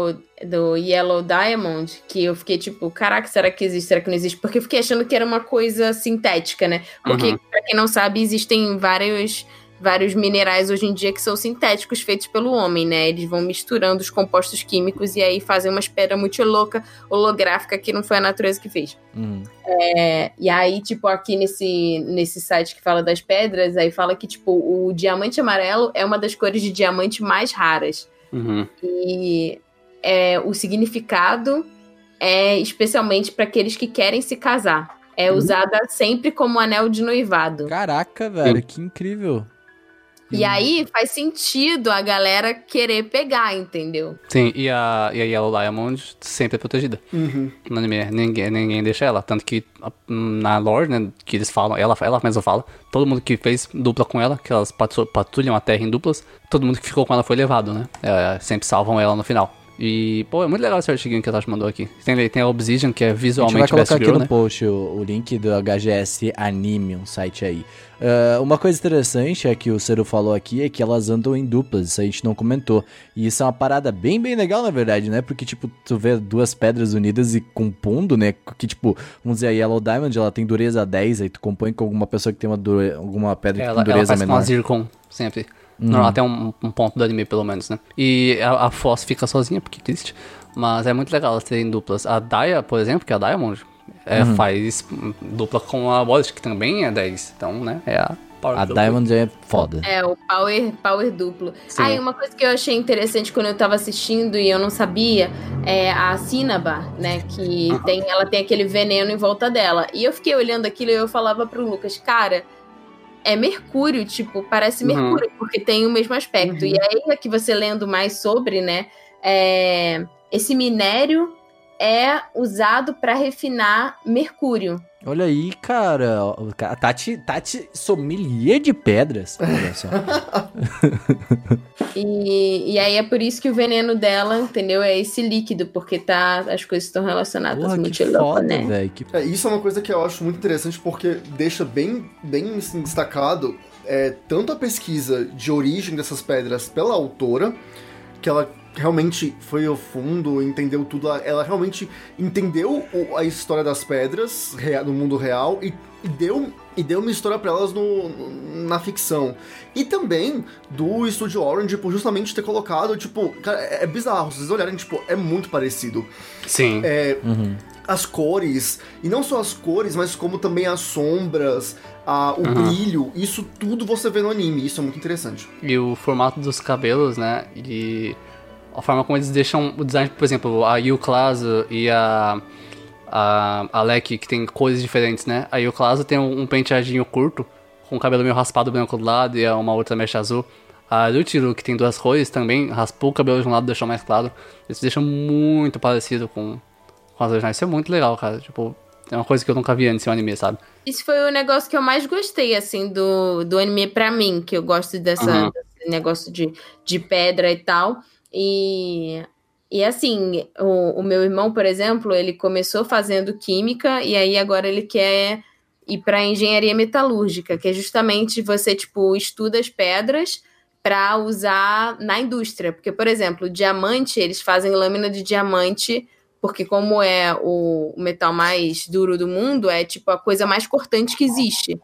do Yellow Diamond, que eu fiquei tipo, caraca, será que existe? Será que não existe? Porque eu fiquei achando que era uma coisa sintética, né? Porque, pra quem não sabe, existem vários minerais hoje em dia que são sintéticos, feitos pelo homem, né? Eles vão misturando os compostos químicos e aí fazem uma pedra muito louca, holográfica, que não foi a natureza que fez. E aí, tipo, aqui nesse site que fala das pedras, aí fala que, tipo, o diamante amarelo é uma das cores de diamante mais raras. E o significado é especialmente para aqueles que querem se casar. É usada sempre como anel de noivado. Caraca, velho, que incrível. E aí faz sentido a galera querer pegar, entendeu? Sim, e a Yellow Diamond sempre é protegida. No anime, ninguém deixa ela. Tanto que na lore, né, que eles falam, ela mesma fala, todo mundo que fez dupla com ela, que elas patrulham a Terra em duplas, todo mundo que ficou com ela foi levado, né? Sempre salvam ela no final. E, pô, é muito legal esse artiguinho que a Tati mandou aqui. Tem a Obsidian, que é visualmente a gente vai colocar Best Girl, aqui no né? post o link do HGS Anime, um site aí. Uma coisa interessante é que o Cero falou aqui é que elas andam em duplas, isso a gente não comentou. E isso é uma parada bem legal, na verdade, né? Porque, tipo, tu vê duas pedras unidas e compondo, né? Que, tipo, vamos dizer, a Yellow Diamond, ela tem dureza 10, aí tu compõe com alguma pessoa que tem alguma pedra que tem dureza ela faz menor. com a Zircon, sempre. Não, até um ponto do anime, pelo menos, né? E a Foz fica sozinha, porque existe. Mas é muito legal elas terem duplas. A Daya, por exemplo, que é a Diamond, faz dupla com a Wallet, que também é 10. Então, né, é a Power A dupla. Diamond é foda. É, o power duplo. Sim. E uma coisa que eu achei interessante quando eu tava assistindo e eu não sabia, é a Cinnabar, né, que ela tem aquele veneno em volta dela. E eu fiquei olhando aquilo e eu falava pro Lucas, cara, é mercúrio, tipo, parece mercúrio, porque tem o mesmo aspecto. E aí, aqui você lendo mais sobre, né, esse minério é usado para refinar mercúrio. Olha aí, cara. A Tati sommelier de pedras. Olha só. E aí é por isso que o veneno dela, entendeu? É esse líquido, porque as coisas estão relacionadas. Porra, muito que louco, foda, né? velho. Isso é uma coisa que eu acho muito interessante porque deixa bem assim, destacado tanto a pesquisa de origem dessas pedras pela autora, que ela realmente foi ao fundo, entendeu tudo, ela realmente entendeu a história das pedras no mundo real e deu uma história pra elas na ficção. E também do Estúdio Orange por justamente ter colocado, tipo, cara, é bizarro, se vocês olharem, tipo, é muito parecido. Sim. As cores, e não só as cores, mas como também as sombras, o brilho, isso tudo você vê no anime, isso é muito interessante. E o formato dos cabelos, né, e a forma como eles deixam o design, por exemplo, a Yuclazo e a Alec, que tem cores diferentes, né? A Yuclazo tem um penteadinho curto, com o cabelo meio raspado branco do lado e uma outra mecha azul. A Ruchiru, que tem duas cores, também raspou o cabelo de um lado e deixou mais claro. Eles deixam muito parecido com as originais. Isso é muito legal, cara. Tipo, é uma coisa que eu nunca vi antes em um anime, sabe? Isso foi o negócio que eu mais gostei, assim, do anime pra mim, que eu gosto desse negócio de pedra e tal. E assim, o meu irmão, por exemplo, ele começou fazendo química e aí agora ele quer ir para engenharia metalúrgica, que é justamente você, tipo, estuda as pedras para usar na indústria. Porque, por exemplo, diamante, eles fazem lâmina de diamante, porque como é o metal mais duro do mundo, é tipo a coisa mais cortante que existe.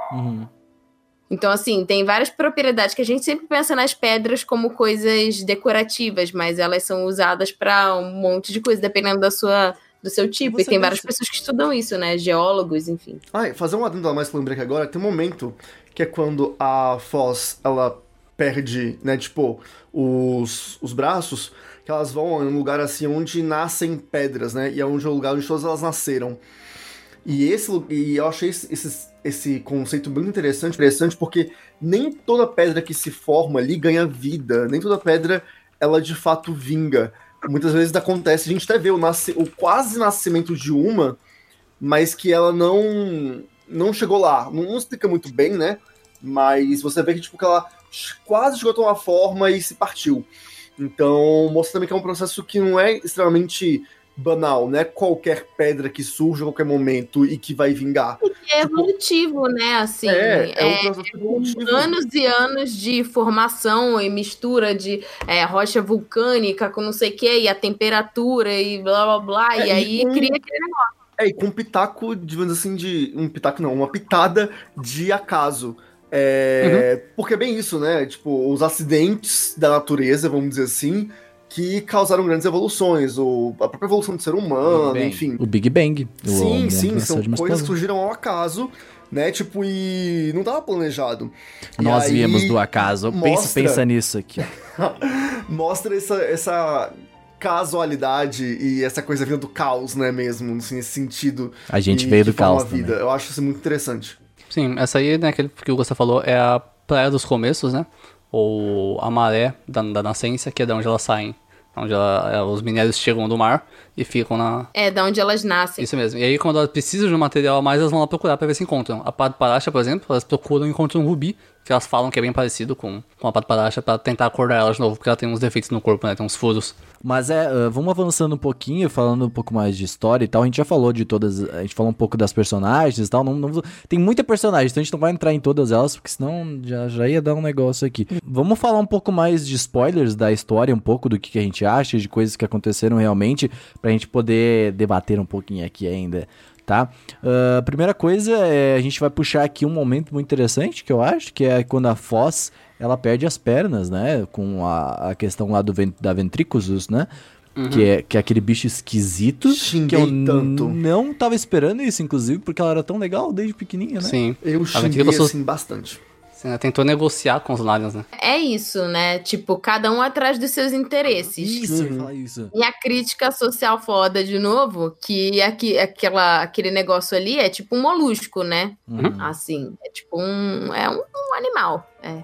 Então, assim, tem várias propriedades que a gente sempre pensa nas pedras como coisas decorativas, mas elas são usadas para um monte de coisa, dependendo do seu tipo. E tem várias pessoas que estudam isso, né? Geólogos, enfim. Fazer um adendo a mais que eu lembrei aqui agora, tem um momento que é quando a Foz, ela perde, né, tipo, os braços, que elas vão em um lugar assim onde nascem pedras, né? E é onde é o lugar onde todas elas nasceram. E eu achei esse conceito muito interessante porque nem toda pedra que se forma ali ganha vida, nem toda pedra ela de fato vinga. Muitas vezes acontece, a gente até vê o quase nascimento de uma, mas que ela não chegou lá. Não explica muito bem, né? Mas você vê que, tipo, que ela quase chegou a uma forma e se partiu. Então, mostra também que é um processo que não é extremamente banal, né? Qualquer pedra que surge a qualquer momento e que vai vingar. É evolutivo, né? Assim, um processo evolutivo. Anos e anos de formação e mistura de rocha vulcânica com não sei o que, e a temperatura e blá blá blá, e aí cria aquele negócio. E com um pitaco, digamos assim, uma pitada de acaso. Porque é bem isso, né? Tipo, os acidentes da natureza, vamos dizer assim, que causaram grandes evoluções, a própria evolução do ser humano, enfim. O Big Bang. Sim, são coisas que surgiram ao acaso, né, tipo, e não tava planejado. Nós viemos do acaso. Pensa nisso aqui. Mostra essa casualidade e essa coisa vinda do caos, né, mesmo, assim, nesse sentido. A gente veio do caos também. Eu acho isso muito interessante. Sim, essa aí, né, aquele que o Gustavo falou, é a praia dos começos, né? Ou a maré da nascência, que é de onde elas saem. Onde os minérios chegam do mar e ficam na... É, da onde elas nascem. Isso mesmo. E aí, quando elas precisam de um material a mais, elas vão lá procurar pra ver se encontram. A Padparaxa, por exemplo, elas procuram e encontram um rubi, que elas falam que é bem parecido com a Padparaxa, pra tentar acordar ela de novo, porque ela tem uns defeitos no corpo, né? Tem uns furos. Mas vamos avançando um pouquinho, falando um pouco mais de história e tal. A gente já falou de todas, a gente falou um pouco das personagens e tal. Tem muita personagem, então a gente não vai entrar em todas elas, porque senão já ia dar um negócio aqui. Vamos falar um pouco mais de spoilers da história, um pouco do que a gente acha, de coisas que aconteceram realmente, pra gente poder debater um pouquinho aqui ainda, tá? Primeira coisa, a gente vai puxar aqui um momento muito interessante, que eu acho, que é quando a Foz, ela perde as pernas, né? Com a questão lá da Ventricusus, né? Uhum. Que é aquele bicho esquisito. Xinguei que eu tanto. Não tava esperando isso, inclusive, porque ela era tão legal desde pequenininha, né? Sim. Eu xinguei, assim, bastante. Sim, ela tentou negociar com os Lions, né? É isso, né? Tipo, cada um atrás dos seus interesses. Isso, eu ia falar isso. E a crítica social foda, de novo, que aquele negócio ali é tipo um molusco, né? Uhum. Assim, é tipo um animal,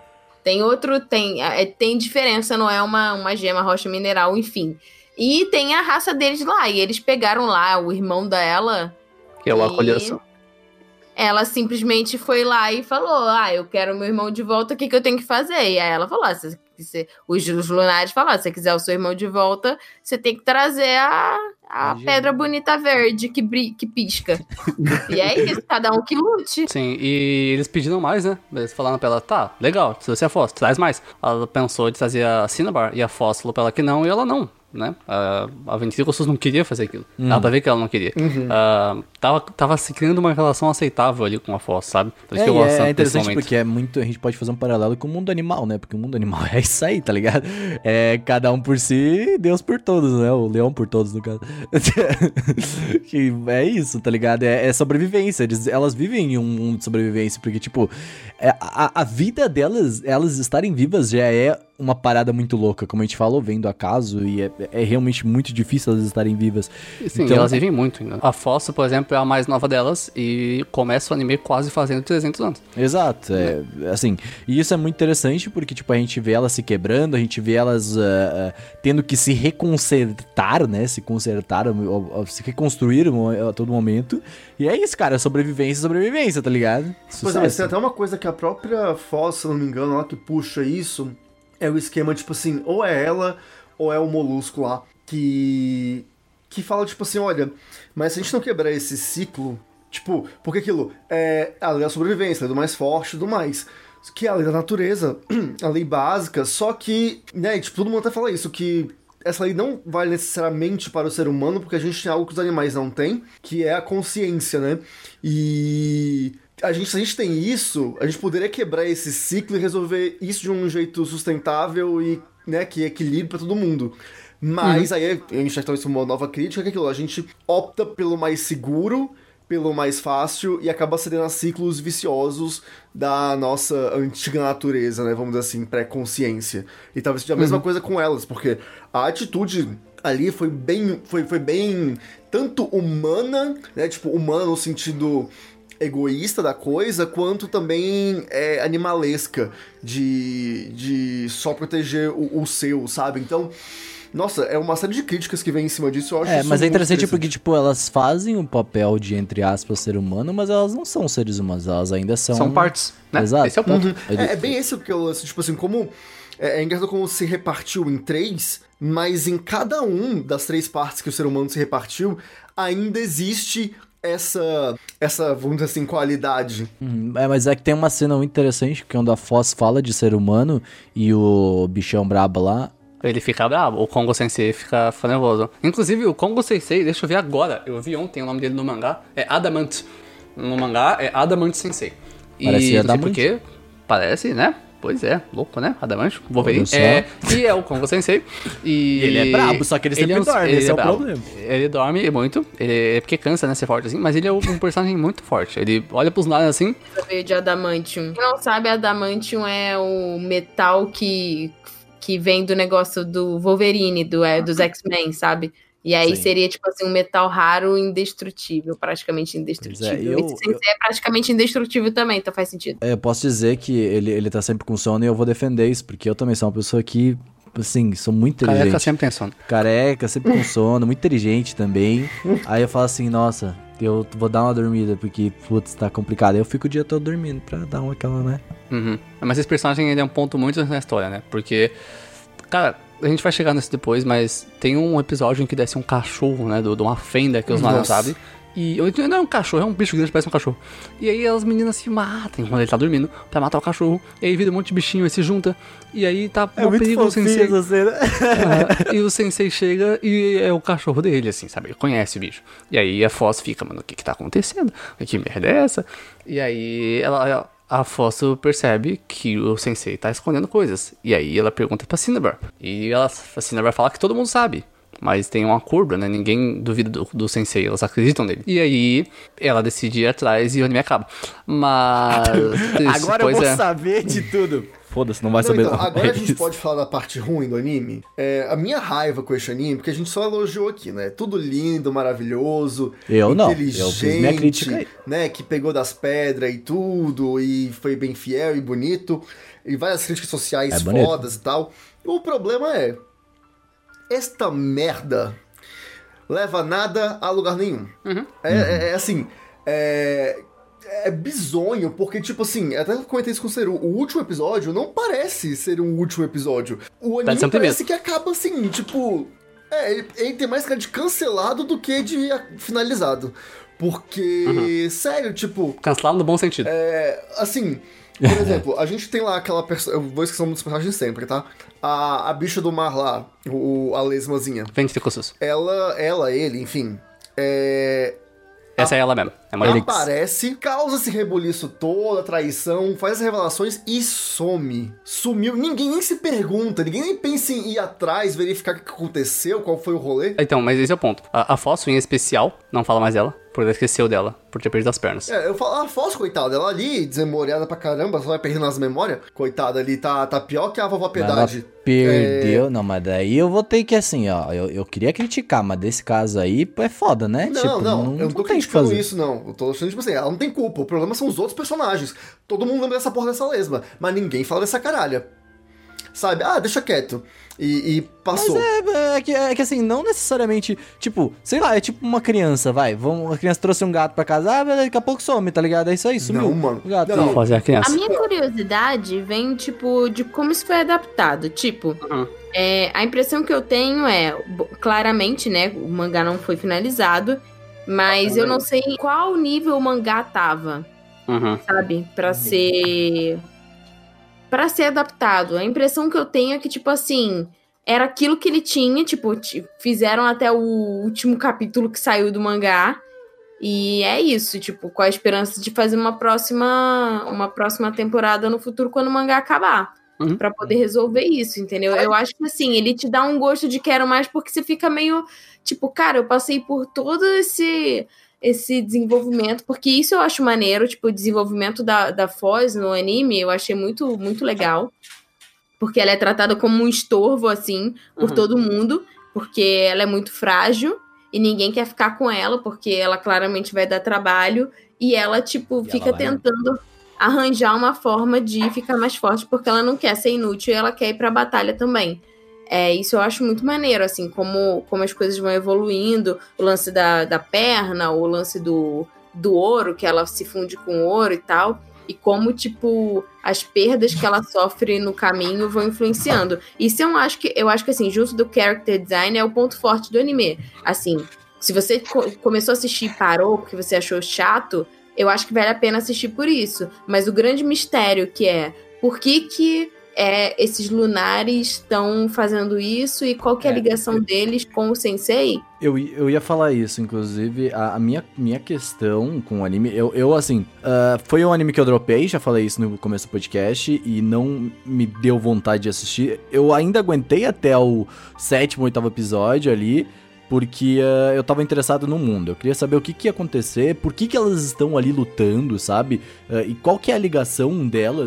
Tem diferença, não é uma gema, rocha mineral, enfim. E tem a raça deles lá, e eles pegaram lá o irmão dela. Que é o acolhação. Ela simplesmente foi lá e falou, eu quero meu irmão de volta, o que eu tenho que fazer? E aí ela falou, os lunares falaram, se você quiser o seu irmão de volta, você tem que trazer a pedra bonita verde que pisca. E é isso, cada um que lute. Sim, e eles pediram mais, né? Eles falaram pra ela, tá, legal, se você é a Foz, traz mais. Ela pensou de trazer a Cinnabar, e a Foz falou pra ela que não, e ela não. Né? A Ventricusus não queria fazer aquilo. Dá pra ver que ela não queria. Tava se criando uma relação aceitável ali com a Foz, sabe? Por isso que eu gosto é interessante porque a gente pode fazer um paralelo com o mundo animal, né? Porque o mundo animal é isso aí, tá ligado? É cada um por si, Deus por todos, né? O leão por todos, no caso. Que é isso, tá ligado? É sobrevivência. Elas vivem em um mundo de sobrevivência, porque, tipo, a vida delas, elas estarem vivas já é uma parada muito louca, como a gente falou, vendo acaso, e é realmente muito difícil elas estarem vivas. Sim, então, elas vivem muito ainda. A Fossa, por exemplo, é a mais nova delas e começa o anime quase fazendo 300 anos. Exato, assim, e isso é muito interessante porque, tipo, a gente vê elas se quebrando, a gente vê elas tendo que se reconsertar, né, se reconstruir a todo momento, e é isso, cara, sobrevivência, tá ligado? Pois é, mas tem até uma coisa que a própria Fossa, se não me engano, ela que puxa isso, é o esquema, tipo assim, ou é ela, ou é o molusco lá, que fala, tipo assim, olha, mas se a gente não quebrar esse ciclo, tipo, porque aquilo é a lei da sobrevivência, a lei do mais forte e tudo mais, que é a lei da natureza, a lei básica, só que, né, tipo, todo mundo até fala isso, que essa lei não vale necessariamente para o ser humano, porque a gente tem algo que os animais não têm, que é a consciência, né, e... se a gente tem isso, a gente poderia quebrar esse ciclo e resolver isso de um jeito sustentável e, né, que equilibre pra todo mundo. Mas aí a gente já isso uma nova crítica, que é aquilo, a gente opta pelo mais seguro, pelo mais fácil e acaba cedendo a ciclos viciosos da nossa antiga natureza, né, vamos dizer assim, pré-consciência. E talvez seja a mesma coisa com elas, porque a atitude ali foi bem tanto humana, né, tipo, humana no sentido egoísta da coisa, quanto também animalesca, de só proteger o seu, sabe? Então, nossa, é uma série de críticas que vem em cima disso, eu acho isso mas é interessante muito porque, tipo, elas fazem o papel de, entre aspas, ser humano, mas elas não são seres humanos, elas ainda são partes, né? Exato. Esse é o ponto. É bem esse que eu, tipo assim, como... É engraçado como se repartiu em 3, mas em cada das 3 partes que o ser humano se repartiu, ainda existe essa, vamos dizer assim, qualidade. Mas é que tem uma cena muito interessante, que quando a Foz fala de ser humano e o bichão brabo lá... Ele fica brabo, o Kongo Sensei fica nervoso. Inclusive, o Kongo Sensei, deixa eu ver agora, eu vi ontem o nome dele no mangá, é Adamant. No mangá é Adamant Sensei. Parece Adamant. Porque parece, né? Pois é, louco, né? Adamante, Wolverine. E é o Kongo Sensei. E ele é brabo, só que ele sempre dorme, esse é o problema. Ele dorme muito, é porque cansa, né, ser forte assim, mas ele é um personagem muito forte. Ele olha pros lados assim... Veio de Adamantium. Quem não sabe, Adamantium é o metal que vem do negócio do Wolverine, dos X-Men, sabe? E aí Sim. seria, tipo assim, um metal raro indestrutível, praticamente indestrutível. Esse sensei é praticamente indestrutível também, então faz sentido. Eu posso dizer que ele tá sempre com sono e eu vou defender isso, porque eu também sou uma pessoa que, assim, sou muito inteligente. Careca sempre tem sono. Careca, sempre com sono, muito inteligente também. Aí eu falo assim, nossa, eu vou dar uma dormida, porque, putz, tá complicado. Aí eu fico o dia todo dormindo pra dar aquela, né? Uhum. Mas esse personagem ele é um ponto muito na história, né? Porque, cara, a gente vai chegar nisso depois, mas tem um episódio em que desce um cachorro, né? De uma fenda que os manos não sabem. E não é um cachorro, é um bicho grande, parece um cachorro. E aí as meninas se matam quando ele tá dormindo pra matar o cachorro. E aí vira um monte de bichinho, aí se junta. E aí tá um perigo o sensei. E o sensei chega e é o cachorro dele, assim, sabe? Ele conhece o bicho. E aí a Foz fica, mano, o que tá acontecendo? Que merda é essa? E aí a Fóssil percebe que o sensei tá escondendo coisas. E aí ela pergunta pra Cinnabar. E a Cinnabar fala que todo mundo sabe. Mas tem um acordo, né? Ninguém duvida do sensei, elas acreditam nele. E aí ela decide ir atrás e o anime acaba. Mas... Agora eu vou saber de tudo. Foda-se, não vai saber. Então, agora a gente pode falar da parte ruim do anime. A minha raiva com esse anime, porque a gente só elogiou aqui, né? Tudo lindo, maravilhoso, eu não. inteligente, Eu fiz minha crítica aí. né? Que pegou das pedras e tudo, e foi bem fiel e bonito, e várias críticas sociais fodas e tal. O problema é, esta merda leva nada a lugar nenhum. Assim, é bizonho, porque, tipo assim, até comentei isso com o Seru, o último episódio não parece ser um último episódio. O anime parece que acaba assim, tipo... ele tem mais cara de cancelado do que de finalizado. Porque, sério, tipo... Cancelado no bom sentido. Assim, por exemplo, a gente tem lá aquela eu vou esquecer o nome dos personagens sempre, tá? A bicha do mar lá, a lesmazinha. Ele, enfim... Essa é ela mesmo. Ela aparece, causa esse rebuliço todo, a traição, faz as revelações e some. Sumiu. Ninguém nem se pergunta, ninguém nem pensa em ir atrás, verificar o que aconteceu, qual foi o rolê. Então, mas esse é o ponto. A Fóssil, em especial, não fala mais dela, porque ela esqueceu dela, por ter perdido as pernas. Eu falo, a Fóssil, coitada, ela ali, desemboreada pra caramba, só vai perdendo as memórias. Coitada ali, tá pior que a vovó Piedade. Ela perdeu, não, mas daí eu vou ter que, assim, ó, eu queria criticar, mas desse caso aí é foda, né? Não, eu não tô criticando isso, não. Eu tô achando, tipo assim, ela não tem culpa, o problema são os outros personagens. Todo mundo lembra dessa porra dessa lesma, mas ninguém fala dessa caralha. Sabe? Deixa quieto. E passou. Mas é que assim, não necessariamente, tipo, sei lá, é tipo uma criança, vai. A criança trouxe um gato pra casa, daqui a pouco some, tá ligado? É isso aí, sumiu. Não, mano. O gato. Não, fazer a criança. A minha curiosidade vem, tipo, de como isso foi adaptado. Tipo, a impressão que eu tenho é, claramente, né, o mangá não foi finalizado, mas eu não sei em qual nível o mangá tava, sabe? Pra ser adaptado. A impressão que eu tenho é que, tipo assim, era aquilo que ele tinha, tipo, fizeram até o último capítulo que saiu do mangá, e é isso, tipo, com a esperança de fazer uma próxima temporada no futuro quando o mangá acabar. Pra poder resolver isso, entendeu? Eu acho que, assim, ele te dá um gosto de quero mais, porque você fica meio, tipo, cara, eu passei por todo esse desenvolvimento, porque isso eu acho maneiro, tipo, o desenvolvimento da Foz no anime, eu achei muito, muito legal, porque ela é tratada como um estorvo, assim, por todo mundo, porque ela é muito frágil, e ninguém quer ficar com ela, porque ela claramente vai dar trabalho, e ela, tipo, fica tentando arranjar uma forma de ficar mais forte, porque ela não quer ser inútil, e ela quer ir pra batalha também. Isso eu acho muito maneiro, assim, como as coisas vão evoluindo, o lance da perna, o lance do ouro, que ela se funde com ouro e tal, e como, tipo, as perdas que ela sofre no caminho vão influenciando. Isso eu acho que, assim, junto do character design é o ponto forte do anime. Assim, se você começou a assistir e parou porque você achou chato, eu acho que vale a pena assistir por isso. Mas o grande mistério que é, por que esses lunares estão fazendo isso e qual que é a ligação deles com o sensei? Eu ia falar isso, inclusive, a minha questão com o anime, eu assim, foi um anime que eu dropei, já falei isso no começo do podcast, e não me deu vontade de assistir. Eu ainda aguentei até o 7º, 8º episódio ali, porque eu tava interessado no mundo. Eu queria saber o que ia acontecer, por que elas estão ali lutando, sabe? E qual que é a ligação delas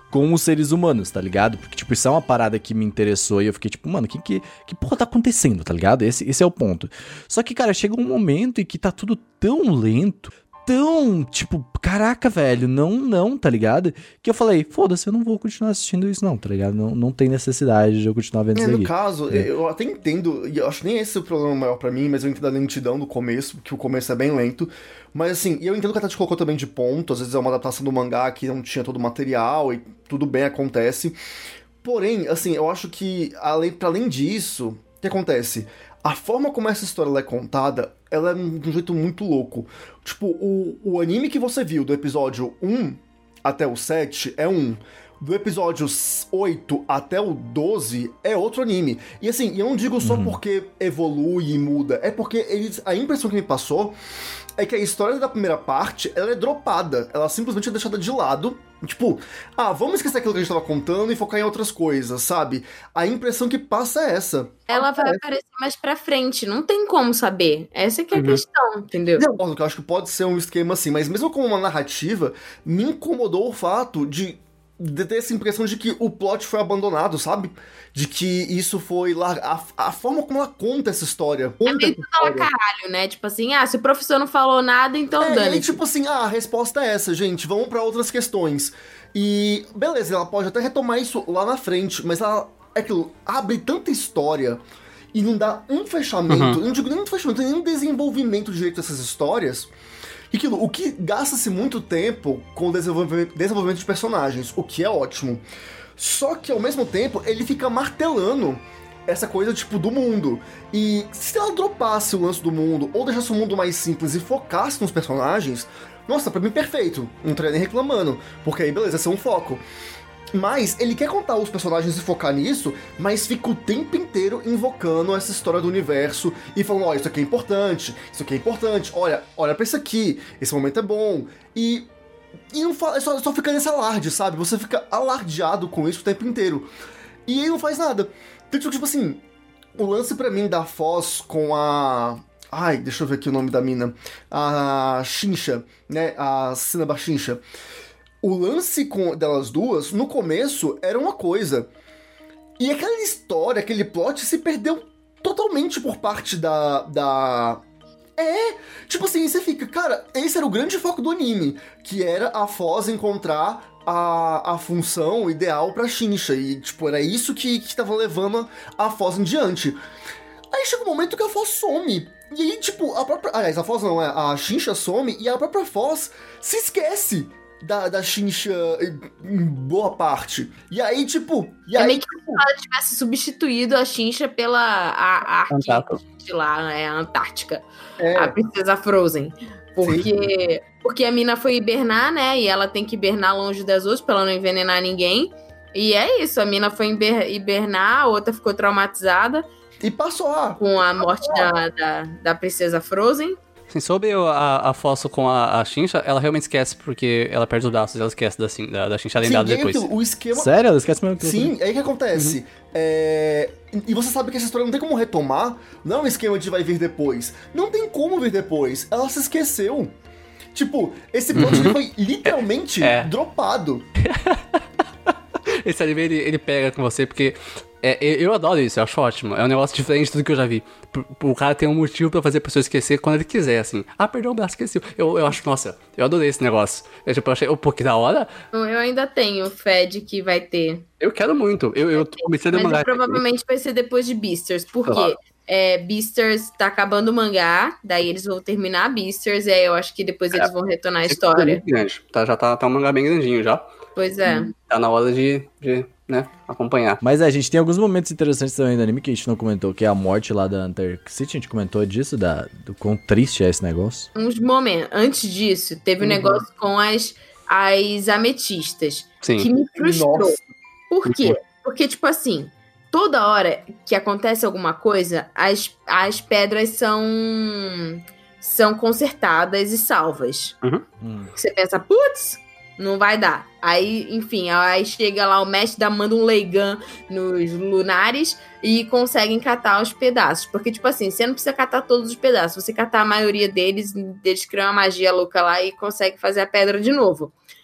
com os seres humanos, tá ligado? Porque, tipo, isso é uma parada que me interessou e eu fiquei tipo, mano, que porra tá acontecendo, tá ligado? Esse é o ponto. Só que, cara, chega um momento em que tá tudo tão lento, tão, tipo, caraca, velho, não, tá ligado? Que eu falei, foda-se, eu não vou continuar assistindo isso não, tá ligado? Não tem necessidade de eu continuar vendo isso aqui. No caso, eu até entendo, e eu acho que nem esse é o problema maior pra mim, mas eu entendo a lentidão do começo, porque o começo é bem lento. Mas assim, eu entendo que a Tati colocou também de ponto, às vezes é uma adaptação do mangá que não tinha todo o material e tudo bem, acontece. Porém, assim, eu acho que pra além disso, o que acontece? A forma como essa história é contada, ela é de um jeito muito louco. Tipo, o anime que você viu do episódio 1 até o 7 é um. Do episódio 8 até o 12 é outro anime. E assim, eu não digo só porque evolui e muda, é porque a impressão que me passou é que a história da primeira parte, ela é dropada, ela simplesmente é deixada de lado. Tipo, vamos esquecer aquilo que a gente tava contando e focar em outras coisas, sabe? A impressão que passa é essa. Ela vai aparecer mais pra frente, não tem como saber. Essa que é a questão, entendeu? Eu acho que pode ser um esquema assim, mas mesmo como uma narrativa, me incomodou o fato de ter essa impressão de que o plot foi abandonado, sabe? De que isso foi a forma como ela conta essa história. É meio tudo a caralho, né? Tipo assim, se o professor não falou nada, então dane. E aí, tipo assim, a resposta é essa, gente, vamos pra outras questões. E, beleza, ela pode até retomar isso lá na frente, mas ela, aquilo, abre tanta história e não dá um fechamento, eu não digo nem um fechamento, nem um desenvolvimento direito dessas histórias. E aquilo, o que gasta-se muito tempo com o desenvolvimento de personagens, o que é ótimo. Só que, ao mesmo tempo, ele fica martelando essa coisa, tipo, do mundo. E se ela dropasse o lance do mundo, ou deixasse o mundo mais simples e focasse nos personagens, nossa, pra mim, perfeito. Não estaria nem reclamando, porque aí, beleza, esse é um foco. Mas ele quer contar os personagens e focar nisso, mas fica o tempo inteiro invocando essa história do universo e falando, isso aqui é importante, olha pra isso aqui, esse momento é bom. E não fala, só fica nesse alarde, sabe? Você fica alardeado com isso o tempo inteiro. E aí não faz nada. Então, tipo assim, o lance pra mim da Foz com a... deixa eu ver aqui o nome da mina. A Shincha, né? A Sinaba Shincha. O lance delas duas, no começo, era uma coisa. E aquela história, aquele plot, se perdeu totalmente por parte da... Tipo assim, você fica, cara, esse era o grande foco do anime, que era a Foz encontrar a função ideal pra Shincha. E, tipo, era isso que tava levando a Foz em diante. Aí chega um momento que a Foz some. E aí, tipo, a Foz não, a Shincha some e a própria Foz se esquece da Shincha em boa parte. E aí, tipo... É meio que se ela tivesse substituído a Shincha pela a lá, a Antártica. A Princesa Frozen. Porque a mina foi hibernar, né? E ela tem que hibernar longe das outras pra ela não envenenar ninguém. E é isso, a mina foi hibernar, a outra ficou traumatizada. E passou com a morte da Princesa Frozen. Sim, sobre a Fosso com a Shincha, ela realmente esquece porque ela perde os braços, ela esquece da Shincha lendária depois. O esquema... Sério? Ela esquece mesmo? Sim, aí o que acontece? E você sabe que essa história não tem como retomar, não é um esquema de vai vir depois. Não tem como vir depois, ela se esqueceu. Tipo, esse plot foi literalmente dropado. Esse anime, ele pega com você porque... eu adoro isso, eu acho ótimo. É um negócio diferente de tudo que eu já vi. O cara tem um motivo pra fazer a pessoa esquecer quando ele quiser, assim. Perdeu o braço, esqueceu. Eu acho, nossa, eu adorei esse negócio. Eu achei, que da hora. Eu ainda tenho fé de que vai ter. Eu quero muito. Eu comecei a demorar. Mas provavelmente vai ser depois de Beasters. Por quê? Beasters tá acabando o mangá, daí eles vão terminar Beasters, e aí eu acho que depois eles vão retornar a história. Já tá um mangá bem grandinho já. Pois é. Tá na hora de acompanhar. Mas a gente tem alguns momentos interessantes também do anime que a gente não comentou, que é a morte lá da Antarctic City. A gente comentou disso, do quão triste é esse negócio. Uns momentos. Antes disso, teve um negócio com as ametistas. Sim. Que me frustrou. Por quê? Porque, tipo assim, toda hora que acontece alguma coisa, as pedras são consertadas e salvas. Você pensa, putz, não vai dar. Aí, enfim, aí chega lá o mestre manda um Leigan nos lunares e conseguem catar os pedaços. Porque, tipo assim, você não precisa catar todos os pedaços. Você catar a maioria deles criam uma magia louca lá e consegue fazer a pedra de novo.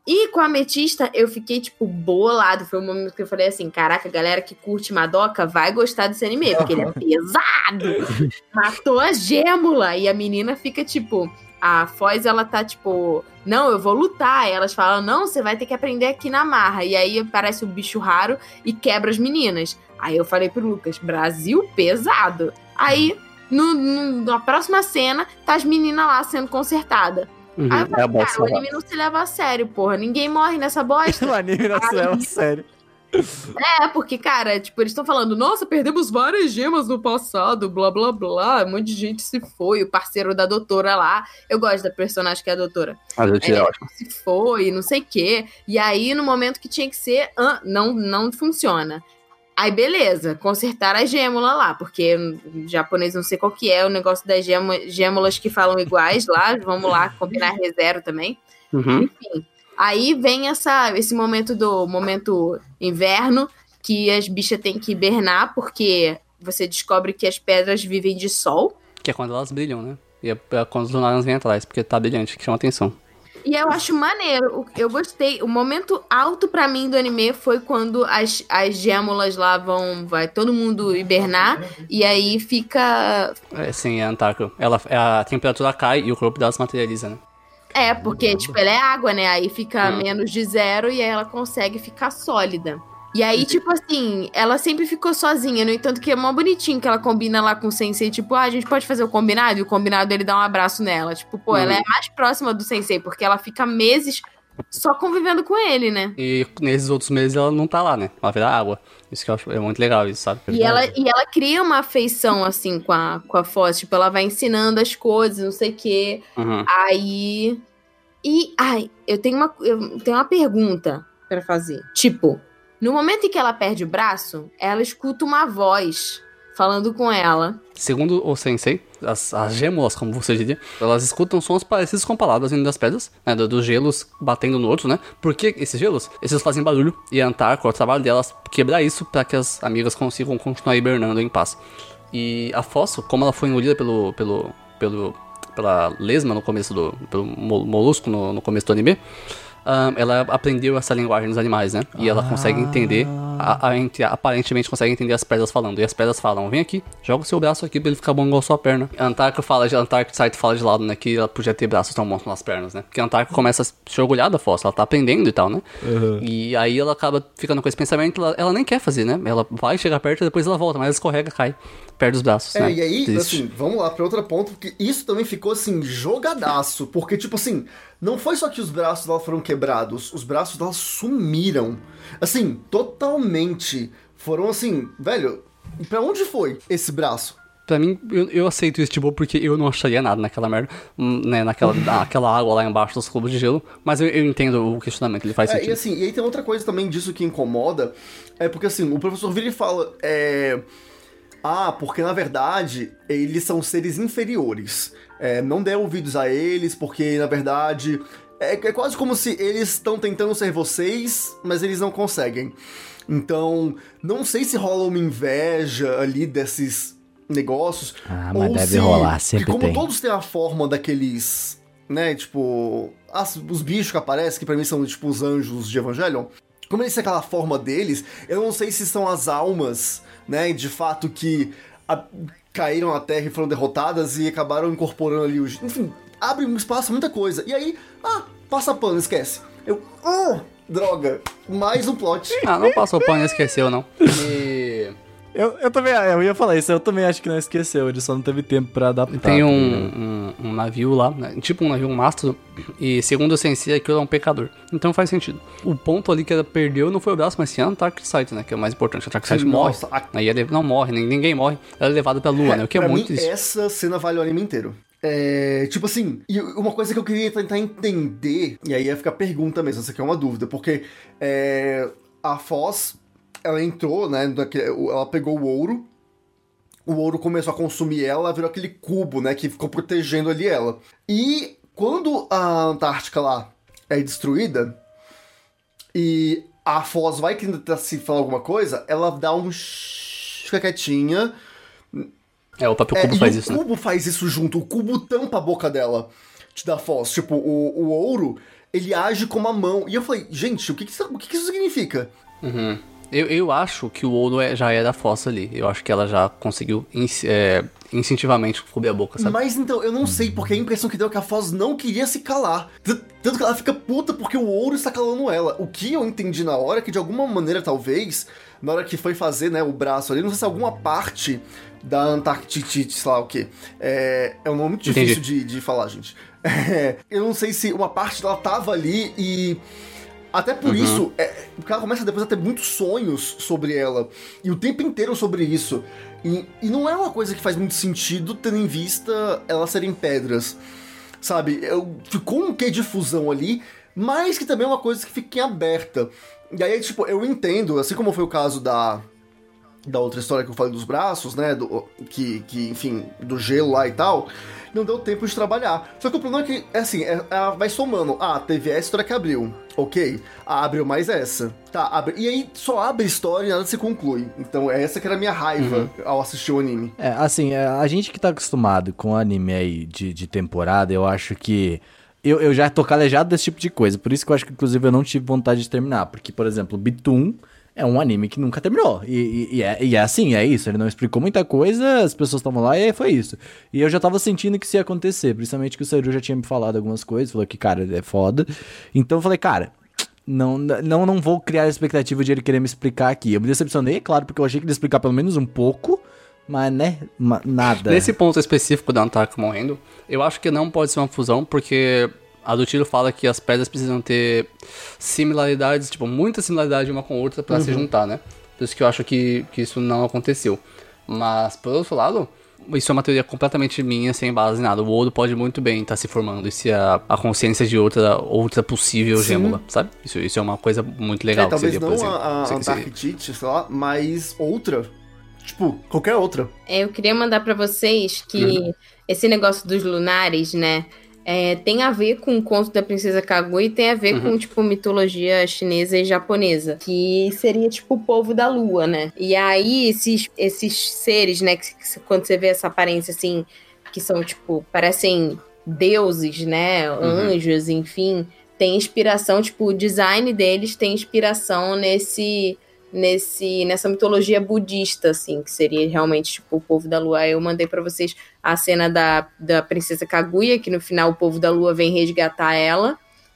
E com a Ametista, eu fiquei, tipo, bolado. Foi um momento que eu falei assim, caraca, a galera que curte Madoka vai gostar desse anime, porque ele é pesado. Matou a Gêmula. E a menina fica, tipo... A Foz, ela tá, tipo... Não, eu vou lutar. E elas falam, não, você vai ter que aprender aqui na marra. E aí aparece o bicho raro e quebra as meninas. Aí eu falei pro Lucas, Brasil pesado. Aí, na próxima cena, tá as meninas lá sendo consertadas. Aí eu falei, cara, o anime não se leva a sério, porra. Ninguém morre nessa bosta. O anime não se leva a sério. Porque, cara, tipo, eles estão falando, nossa, perdemos várias gemas no passado, blá, blá, blá. Um monte de gente se foi, o parceiro da doutora lá. Eu gosto da personagem que é a doutora. Se foi, não sei o quê. E aí, no momento que tinha que ser, não funciona. Aí, beleza, consertaram a gêmula lá, porque em japonês não sei qual que é o negócio das gêmulas que falam iguais lá. Vamos lá, combinar ReZero também. Enfim. Aí vem esse momento inverno, que as bichas têm que hibernar, porque você descobre que as pedras vivem de sol. Que é quando elas brilham, né? E é quando os lunares vêm atrás, porque tá brilhante, que chama atenção. E eu acho maneiro, eu gostei. O momento alto pra mim do anime foi quando as gêmulas lá vai todo mundo hibernar, e aí fica... Sim, a Antarctica. A temperatura cai e o corpo dela se materializa, né? Porque, tipo, ela é água, né? Aí fica menos de 0 e aí ela consegue ficar sólida. E aí, tipo assim, ela sempre ficou sozinha. No entanto, que é mó bonitinho que ela combina lá com o sensei. Tipo, a gente pode fazer o combinado? E o combinado, ele dá um abraço nela. Tipo, ela é mais próxima do sensei, porque ela fica meses só convivendo com ele, né? E nesses outros meses ela não tá lá, né? Ela vira água. Isso que eu acho muito legal, isso, sabe? E ela cria uma afeição, assim, com a Foz. Tipo, ela vai ensinando as coisas, não sei o quê. Aí... eu tenho uma pergunta pra fazer. Tipo... No momento em que ela perde o braço, ela escuta uma voz falando com ela. Segundo o sensei, as gêmulas, como você diria, elas escutam sons parecidos com palavras vindo das pedras, né, dos gelos batendo no outro, né? Porque esses gelos fazem barulho e a Antarctica, o trabalho delas, quebrar isso para que as amigas consigam continuar hibernando em paz. E a Fosso, como ela foi engolida pela lesma no começo pelo molusco no começo do anime, ela aprendeu essa linguagem dos animais, né? E ela consegue entender, aparentemente consegue entender as pedras falando. E as pedras falam, vem aqui, joga o seu braço aqui pra ele ficar bom igual a sua perna. A Antarctica fala de lado, né? Que ela podia ter braços tão bons nas pernas, né? Porque a Antarctica começa a se orgulhar da Fossa, ela tá aprendendo e tal, né? E aí ela acaba ficando com esse pensamento, ela nem quer fazer, né? Ela vai chegar perto e depois ela volta, mas ela escorrega, cai, perde os braços, né? E aí, assim, vamos lá pra outro ponto, porque isso também ficou, assim, jogadaço. Porque, tipo assim, não foi só que os braços dela foram quebrados, os braços dela sumiram. Assim, totalmente. Foram assim, velho, pra onde foi esse braço? Pra mim, eu aceito isso, tipo, porque eu não acharia nada naquela merda, né, naquela água lá embaixo dos cubos de gelo, mas eu entendo o questionamento, ele faz sentido. E assim, e aí tem outra coisa também disso que incomoda, porque assim, o professor vira e fala, porque na verdade, eles são seres inferiores, não dê ouvidos a eles, porque na verdade, é quase como se eles estão tentando ser vocês, mas eles não conseguem. Então, não sei se rola uma inveja ali desses negócios. Mas deve rolar, sempre como tem. Todos têm a forma daqueles, né, tipo, os bichos que aparecem, que pra mim são tipo os anjos de Evangelion, como eles têm aquela forma deles, eu não sei se são as almas, né, de fato que caíram na Terra e foram derrotadas e acabaram incorporando ali os... Enfim, abre um espaço, muita coisa. E aí, passa pano, esquece. Droga, mais um plot. Não passou pano e esqueceu, não. Eu também, eu ia falar isso, eu também acho que não esqueceu, ele só não teve tempo pra adaptar. Tem um navio lá, né, tipo um navio, um mastro, e segundo o sensei, aquilo é um pecador. Então faz sentido. O ponto ali que ela perdeu não foi o braço, mas sim a Antarctic Site, né, que é o mais importante. A Antarctic Site morre, aí ela não morre, ninguém morre, ela é levada pra lua, né, o que é muito triste. Essa cena vale o anime inteiro. Tipo assim, e uma coisa que eu queria tentar entender, e aí ia ficar pergunta mesmo, essa aqui é uma dúvida, porque a Foz, ela entrou, né, ela pegou o ouro começou a consumir ela virou aquele cubo, né, que ficou protegendo ali ela. E quando a Antártica lá é destruída, e a Foz vai tentar se falar alguma coisa, ela dá fica quietinha. O próprio cubo faz isso, né? O cubo faz isso junto, o cubo tampa a boca dela, da Foz. Tipo, o ouro, ele age como a mão. E eu falei, gente, o que isso significa? Uhum. Eu acho que o Ouro já é da Fossa ali. Eu acho que ela já conseguiu instintivamente cobrir a boca, sabe? Mas então, eu não sei, porque a impressão que deu é que a Foz não queria se calar. Tanto que ela fica puta porque o Ouro está calando ela. O que eu entendi na hora é que, de alguma maneira, talvez, na hora que foi fazer, né, o braço ali, não sei se alguma parte da Antarctite, sei lá o quê. É um nome muito difícil de falar, gente. Eu não sei se uma parte dela tava ali e... Até por isso, o cara começa depois a ter muitos sonhos sobre ela. E o tempo inteiro sobre isso. E não é uma coisa que faz muito sentido, tendo em vista elas serem pedras. Sabe? Ficou um quê de fusão ali, mas que também é uma coisa que fica em aberta. E aí, tipo, eu entendo, assim como foi o caso da outra história que eu falei dos braços, né? Enfim, do gelo lá e tal. Não deu tempo de trabalhar. Só que o problema é que, assim, ela vai somando. Teve essa história que abriu. Ok. Abriu mais essa. Tá, abre. E aí só abre a história e nada se conclui. Então essa que era a minha raiva ao assistir o anime. Assim, a gente que tá acostumado com anime aí de temporada, eu acho que... Eu já tô calejado desse tipo de coisa. Por isso que eu acho que, inclusive, eu não tive vontade de terminar. Porque, por exemplo, Bitum é um anime que nunca terminou. E é assim, é isso. Ele não explicou muita coisa, as pessoas estavam lá e foi isso. E eu já tava sentindo que isso ia acontecer. Principalmente que o Seru já tinha me falado algumas coisas. Falou que, cara, é foda. Então eu falei, cara, não vou criar a expectativa de ele querer me explicar aqui. Eu me decepcionei, claro, porque eu achei que ele ia explicar pelo menos um pouco. Mas, né, nada. Nesse ponto específico da Antarctica morrendo, eu acho que não pode ser uma fusão, porque... A do Tiro fala que as pedras precisam ter similaridades, tipo, muita similaridade uma com a outra pra se juntar, né? Por isso que eu acho que isso não aconteceu. Mas, por outro lado, isso é uma teoria completamente minha, sem base em nada. O Ouro pode muito bem estar se formando, e se a consciência de outra possível gêmula, sabe? Isso é uma coisa muito legal. Talvez seria, não por exemplo, a Antarctite, sei lá, mas outra. Tipo, qualquer outra. Eu queria mandar pra vocês que esse negócio dos lunares, né? Tem a ver com o conto da Princesa Kaguya e tem a ver com, tipo, mitologia chinesa e japonesa. Que seria, tipo, o povo da lua, né? E aí, esses seres, né? Que quando você vê essa aparência, assim, que são, tipo, parecem deuses, né? Anjos, enfim. Tem inspiração, tipo, o design deles tem inspiração nessa mitologia budista, assim, que seria realmente, tipo, o povo da lua. Eu mandei pra vocês a cena da Princesa Kaguya, que no final o povo da lua vem resgatar ela,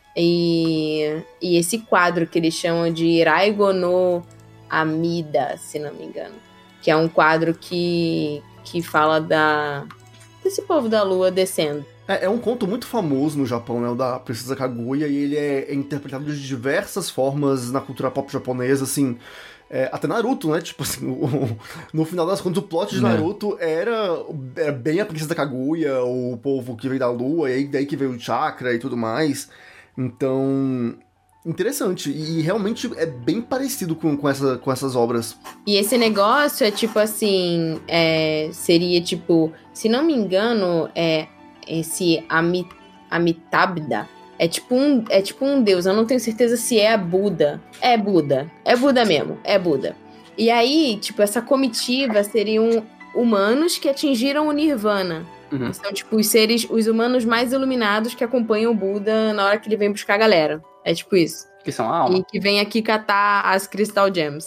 e esse quadro que eles chamam de Raigo no Amida, se não me engano, que é um quadro que fala desse povo da lua descendo. É um conto muito famoso no Japão, né, o da Princesa Kaguya, e ele é interpretado de diversas formas na cultura pop japonesa, assim, até Naruto, né, tipo assim, no final das contas o plot de Naruto era bem a Princesa Kaguya, o povo que veio da lua, e aí daí que veio o chakra e tudo mais, então... Interessante, e realmente é bem parecido com essas obras. E esse negócio é tipo assim, seria tipo, se não me engano, esse Amitabha é tipo um deus, eu não tenho certeza se é Buda. É Buda mesmo, é Buda. E aí, tipo, essa comitiva seriam humanos que atingiram o Nirvana. São, tipo, os humanos mais iluminados que acompanham o Buda na hora que ele vem buscar a galera. É tipo isso. Que são a alma. E que vem aqui catar as Crystal Gems.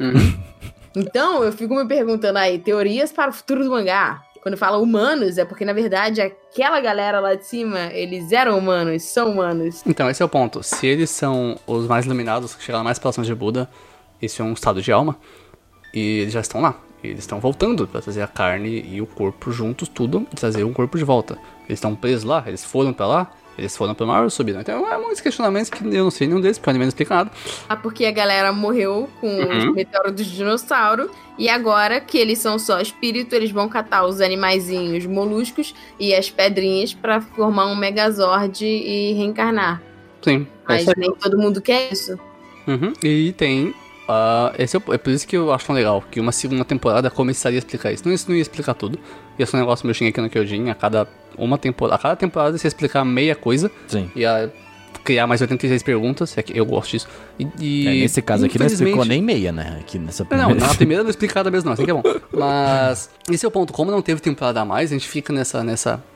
Então, eu fico me perguntando aí, teorias para o futuro do mangá. Quando fala humanos, é porque, na verdade, aquela galera lá de cima, eles eram humanos, são humanos. Então, esse é o ponto. Se eles são os mais iluminados, que chegaram mais próximos de Buda, isso é um estado de alma, e eles já estão lá. Eles estão voltando pra trazer a carne e o corpo juntos, tudo, e trazer o corpo de volta. Eles estão presos lá, eles foram pra lá, eles foram pro mar ou subiram. Então, é muitos questionamentos que eu não sei nenhum deles, porque o anime não explica nada. Porque a galera morreu com os meteoros dos dinossauros, e agora que eles são só espírito, eles vão catar os animaizinhos moluscos e as pedrinhas pra formar um Megazord e reencarnar. Sim. Mas nem todo mundo quer isso. E tem... é por isso que eu acho tão legal, que uma segunda temporada começaria a explicar isso. Isso não ia explicar tudo. Ia ser um negócio meu aqui no Kyojin, a cada temporada você ia explicar meia coisa. Sim. Ia criar mais 86 perguntas, eu gosto disso. Nesse caso aqui não explicou nem meia, né? Aqui nessa primeira. Não, na primeira não explica nada mesmo não, isso aqui é bom. Mas esse é o ponto, como não teve temporada a mais, a gente fica nessa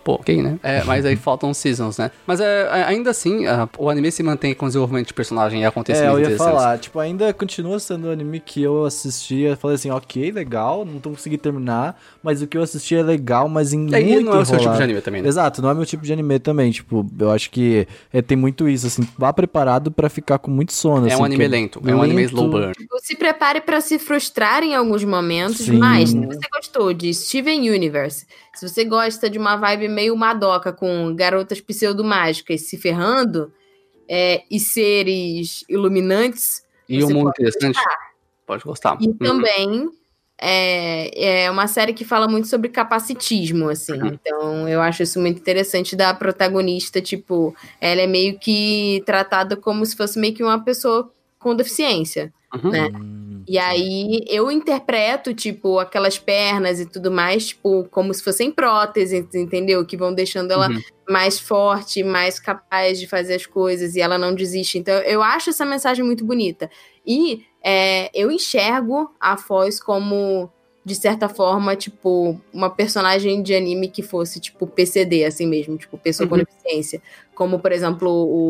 pô, ok, né? Mas aí faltam seasons, né? Mas ainda assim, o anime se mantém com desenvolvimento de personagem e acontecimentos eu ia interessantes. falar, tipo, ainda continua sendo um anime que eu assistia, falei assim, ok, legal, não tô conseguindo terminar, mas o que eu assisti é legal, mas em E aí muito não é o seu tipo enrolado. de anime também, né? Exato, não é meu tipo de anime também, tipo, eu acho que tem muito isso, assim, vá preparado pra ficar com muito sono, É assim, um anime porque lento, é um anime slow burn. Se prepare pra se frustrar em alguns momentos, Sim. mas se você gostou de Steven Universe, se você gosta de uma vibe meio Madoka com garotas pseudo-mágicas se ferrando e seres iluminantes, E você um mundo pode interessante, gostar. pode gostar. E também é uma série que fala muito sobre capacitismo, assim. Então, eu acho isso muito interessante da protagonista, tipo, ela é meio que tratada como se fosse meio que uma pessoa com deficiência, né? E aí, eu interpreto, tipo, aquelas pernas e tudo mais, tipo, como se fossem próteses, entendeu? Que vão deixando ela mais forte, mais capaz de fazer as coisas, e ela não desiste. Então, eu acho essa mensagem muito bonita. E eu enxergo a Foz como, de certa forma, tipo, uma personagem de anime que fosse, tipo, PCD, assim mesmo, tipo, pessoa com deficiência. Como, por exemplo,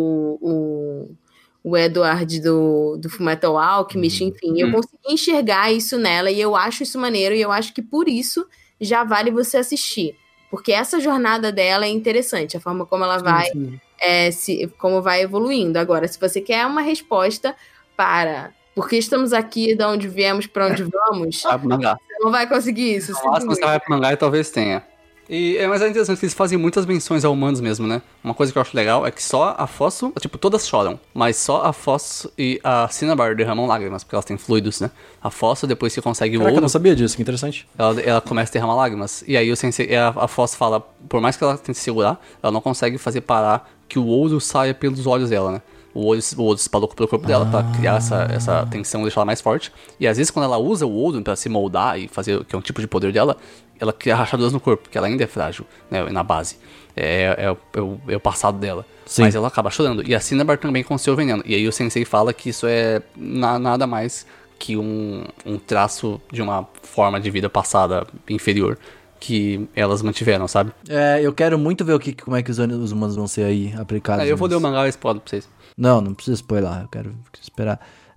o Edward do Fullmetal Alchemist, enfim. Eu consegui enxergar isso nela e eu acho isso maneiro e eu acho que por isso já vale você assistir. Porque essa jornada dela é interessante, a forma como ela vai, como vai evoluindo. Agora, se você quer uma resposta para por que estamos aqui, de onde viemos, para onde vamos, Vai pro mangá. você não vai conseguir isso. No máximo você vai pro mangá e talvez tenha. Mas é interessante que eles fazem muitas menções a humanos mesmo, né? Uma coisa que eu acho legal é que só a Fosso, tipo, todas choram, mas só a Fosso e a Cinnabar derramam lágrimas, porque elas têm fluidos, né? A Fosso, depois que consegue o Caraca, eu ouro, não sabia disso, que interessante. ela começa a derramar lágrimas. E aí a Fosso fala, por mais que ela tente segurar, ela não consegue fazer parar que o ouro saia pelos olhos dela, né? O ouro se espalhou pelo corpo dela pra criar essa tensão, deixar ela mais forte. E às vezes quando ela usa o ouro pra se moldar e fazer, que é um tipo de poder dela, ela cria rachaduras no corpo, porque ela ainda é frágil, né, na base. É o passado dela. Sim. Mas ela acaba chorando. E a Cinnabar também com seu veneno. E aí o sensei fala que isso é nada mais que um traço de uma forma de vida passada inferior que elas mantiveram, sabe? Eu quero muito ver como é que os humanos vão ser aí aplicados. Eu vou ler o mangá e spoiler pra vocês. Não precisa spoiler, eu quero esperar.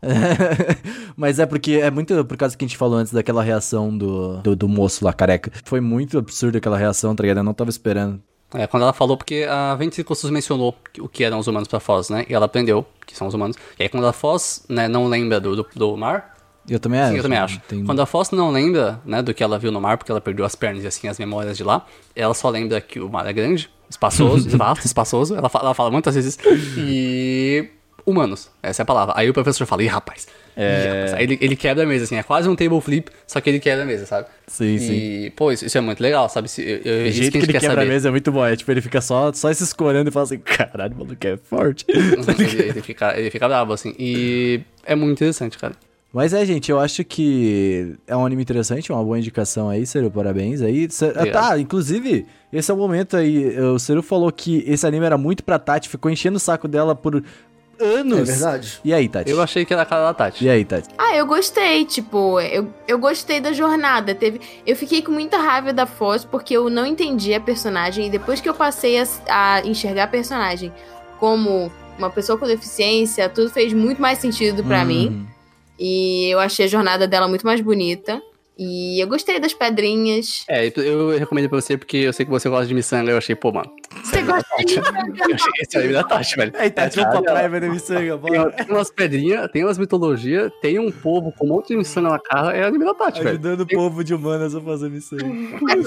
Mas é porque é muito por causa que a gente falou antes daquela reação do moço lá, careca. Foi muito absurdo aquela reação, tá ligado? Eu não tava esperando. Quando ela falou, porque a Ventricossus mencionou o que eram os humanos pra Foz, né? E ela aprendeu que são os humanos. E aí quando a Foz, né, não lembra do mar... Eu também acho. Sim, eu também acho. Quando a Foz não lembra, né, do que ela viu no mar, porque ela perdeu as pernas e assim as memórias de lá, ela só lembra que o mar é grande, espaçoso, vasto, espaçoso. Ela fala muitas vezes. E... humanos, essa é a palavra. Aí o professor fala, ih, rapaz. Aí ele quebra a mesa, assim, é quase um table flip, só que ele quebra a mesa, sabe? Sim, sim. E, pô, isso é muito legal, sabe? O jeito que ele quebra a mesa é muito bom, tipo, ele fica só se escorando e fala assim, caralho, o maluco é forte. ele fica bravo, assim, e é muito interessante, cara. Mas gente, eu acho que é um anime interessante, uma boa indicação aí, Seru, parabéns aí. Inclusive, esse é o momento aí, o Seru falou que esse anime era muito pra Tati, ficou enchendo o saco dela por anos. É verdade. E aí, Tati? Eu achei que era a cara da Tati. E aí, Tati? Eu gostei, tipo, eu gostei da jornada. Eu fiquei com muita raiva da Foz porque eu não entendi a personagem. E depois que eu passei a enxergar a personagem como uma pessoa com deficiência, tudo fez muito mais sentido pra mim. E eu achei a jornada dela muito mais bonita. E eu gostei das pedrinhas. Eu recomendo pra você porque eu sei que você gosta de miçanga. Eu achei, pô, mano. Você gosta de miçanga? Eu achei esse anime da Tati, velho. Aí, Tati, vamos pra praia, vai ter miçanga, bora. Tem umas pedrinhas, tem umas mitologias, tem um povo com um monte de miçanga na cara. É anime da Tati, velho. Ajudando o povo de humanas a fazer miçanga. Mas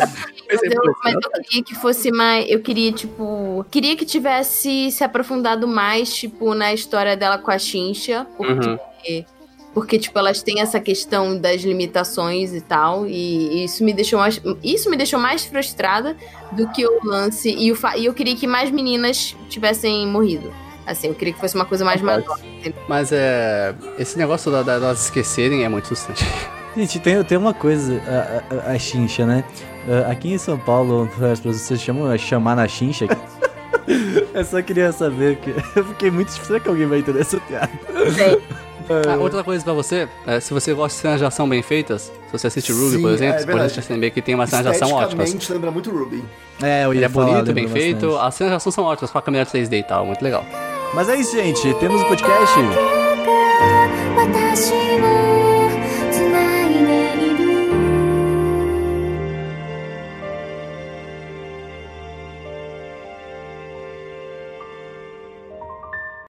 eu queria que fosse mais. Eu queria, tipo. Queria que tivesse se aprofundado mais, tipo, na história dela com a Shincha. Porque, tipo, elas têm essa questão das limitações e tal. E isso me deixou mais frustrada do que o lance. E eu queria que mais meninas tivessem morrido. Assim, eu queria que fosse uma coisa mais madura. Mas esse negócio delas esquecerem é muito frustrante. Gente, tem uma coisa, a Shincha, né? Aqui em São Paulo, vocês chamam chamar na Shincha? Eu só queria saber, que eu fiquei muito... Será que alguém vai entender essa piada? Outra coisa pra você, se você gosta de cenas de ação bem feitas, se você assiste Ruby, por exemplo, você pode perceber que tem uma cena de ação ótima. Esteticamente lembra muito Ruby. Ele é bonito, bem feito, as cenas de ação são ótimas, com a câmera 3D e tal, muito legal. Mas é isso, gente. Temos um podcast.